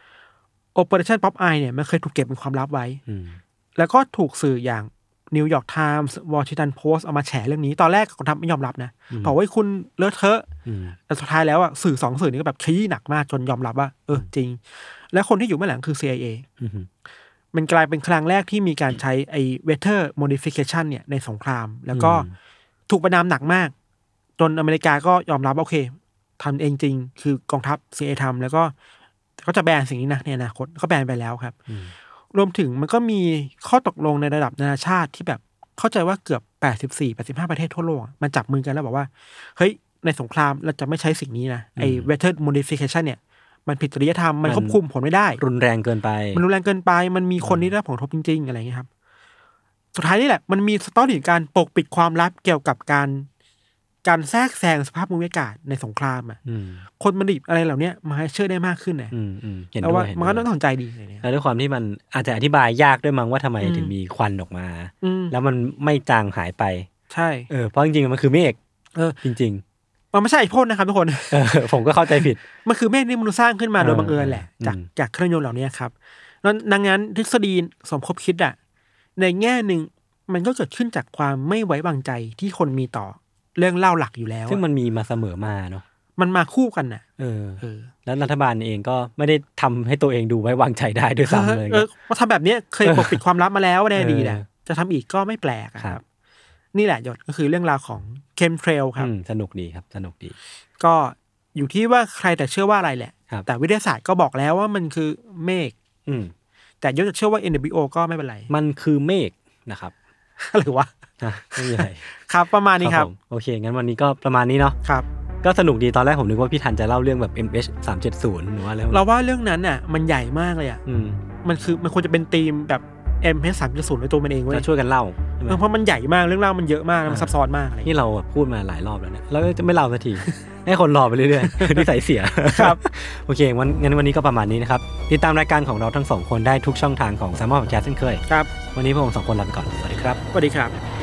Operation Popeye เนี่ยมันเคยถูกเก็บเป็นความลับไว้แล้วก็ถูกสื่ออย่างนิวยอร์กไทมส์วอชิงตันโพสต์เอามาแฉเรื่องนี้ตอนแรกกองทัพไม่ยอมรับนะบอกว่าคุณเลอะเทอะแต่สุดท้ายแล้วอ่ะสื่อ2สื่อนี้ก็แบบขยี้หนักมากจนยอมรับว่าจริงและคนที่อยู่เบื้องหลังคือ CIA มันกลายเป็นครั้งแรกที่มีการใช้ไอ้ weather modification เนี่ยในสงครามแล้วก็ถูกประณามหนักมากจนอเมริกาก็ยอมรับโอเคทำเองจริงคือกองทัพ CIA ทำแล้วก็จะแบนสิ่งนี้นะในอนาคตก็แบนไปแล้วครับรวมถึงมันก็มีข้อตกลงในระดับนานาชาติที่แบบเข้าใจว่าเกือบ84-85ประเทศทั่วโลกมันจับมือกันแล้วบอกว่าเฮ้ยในสงครามเราจะไม่ใช้สิ่งนี้นะไอ้ weather modification เนี่ยมันผิดจริยธรรมมันควบคุมผลไม่ได้รุนแรงเกินไปมันมีคนที่ได้รับผลกระทบจริงๆอะไรอย่างเงี้ยครับสุดท้ายนี่แหละมันมีสตอรี่การปกปิดความลับเกี่ยวกับการแทรกแซงสภาพภูมิอากาศในสงครามคนมันดิบอะไรเหล่านี้มาให้เชื่อได้มากขึ้นนะแต่ว่ามันก็น่าสนใจดีแล้วด้วยความที่มันอาจจะอธิบายยากด้วยมั้งว่าทำไมถึงมีควันออกมาแล้วมันไม่จางหายไปใช่เพราะจริงๆมันคือเมฆจริงๆมันไม่ใช่ไอพ่นนะครับทุกคนผมก็เข้าใจผิดมันคือเมฆที่มนุษย์สร้างขึ้นมาโดยบังเอิญแหละจากเครื่องยนต์เหล่านี้ครับแล้วดังนั้นทฤษฎีสมคบคิดในแง่นึงมันก็เกิดขึ้นจากความไม่ไว้วางใจที่คนมีต่อเรื่องเล่าหลักอยู่แล้วซึ่งมันมีมาเสมอมาเนาะมันมาคู่กันน่ะแล้วรัฐบาลเองก็ไม่ได้ทำให้ตัวเองดูไว้วางใจได้ด้วยซ้ำเลยว่าทำแบบนี้เคยปกปิดความลับมาแล้วในอดีตจะทำอีกก็ไม่แปลกครับนี่แหละยศก็คือเรื่องราวของเคมเทรลครับสนุกดีครับสนุกดีก็อยู่ที่ว่าใครแต่เชื่อว่าอะไรแหละแต่วิทยาศาสตร์ก็บอกแล้วว่ามันคือเมฆแต่ยศจะเชื่อว่า NWO ก็ไม่เป็นไรมันคือเมฆนะครับหรือว่าไม่ใช่ครับประมาณนี้ครับโอเคงั้นวันนี้ก็ประมาณนี้เนาะครับก็สนุกดีตอนแรกผมนึกว่าพี่ทันจะเล่าเรื่องแบบ MH370 หรือว่าเราว่าเรื่องนั้นน่ะมันใหญ่มากเลยอ่ะมันควรจะเป็นธีมแบบ MH370 ในตัวมันเองเว้ยจะช่วยกันเล่าเพราะมันใหญ่มากเรื่องเล่ามันเยอะมากมันซับซ้อนมากอะไรนี่เราพูดมาหลายรอบแล้วเนี่ยแล้วจะไม่เล่าสักที ให้คนรอไปเรื่อยๆนิสัยเสียครับโอเคงั้นวันนี้ก็ประมาณนี้นะครับติดตามรายการของเราทั้ง2คนได้ทุกช่องทางของ Salmon Podcast เช่นเคยครับวันนี้พวกผม2คนลาไปก่อนสวัสดีครับสวัสดีครับ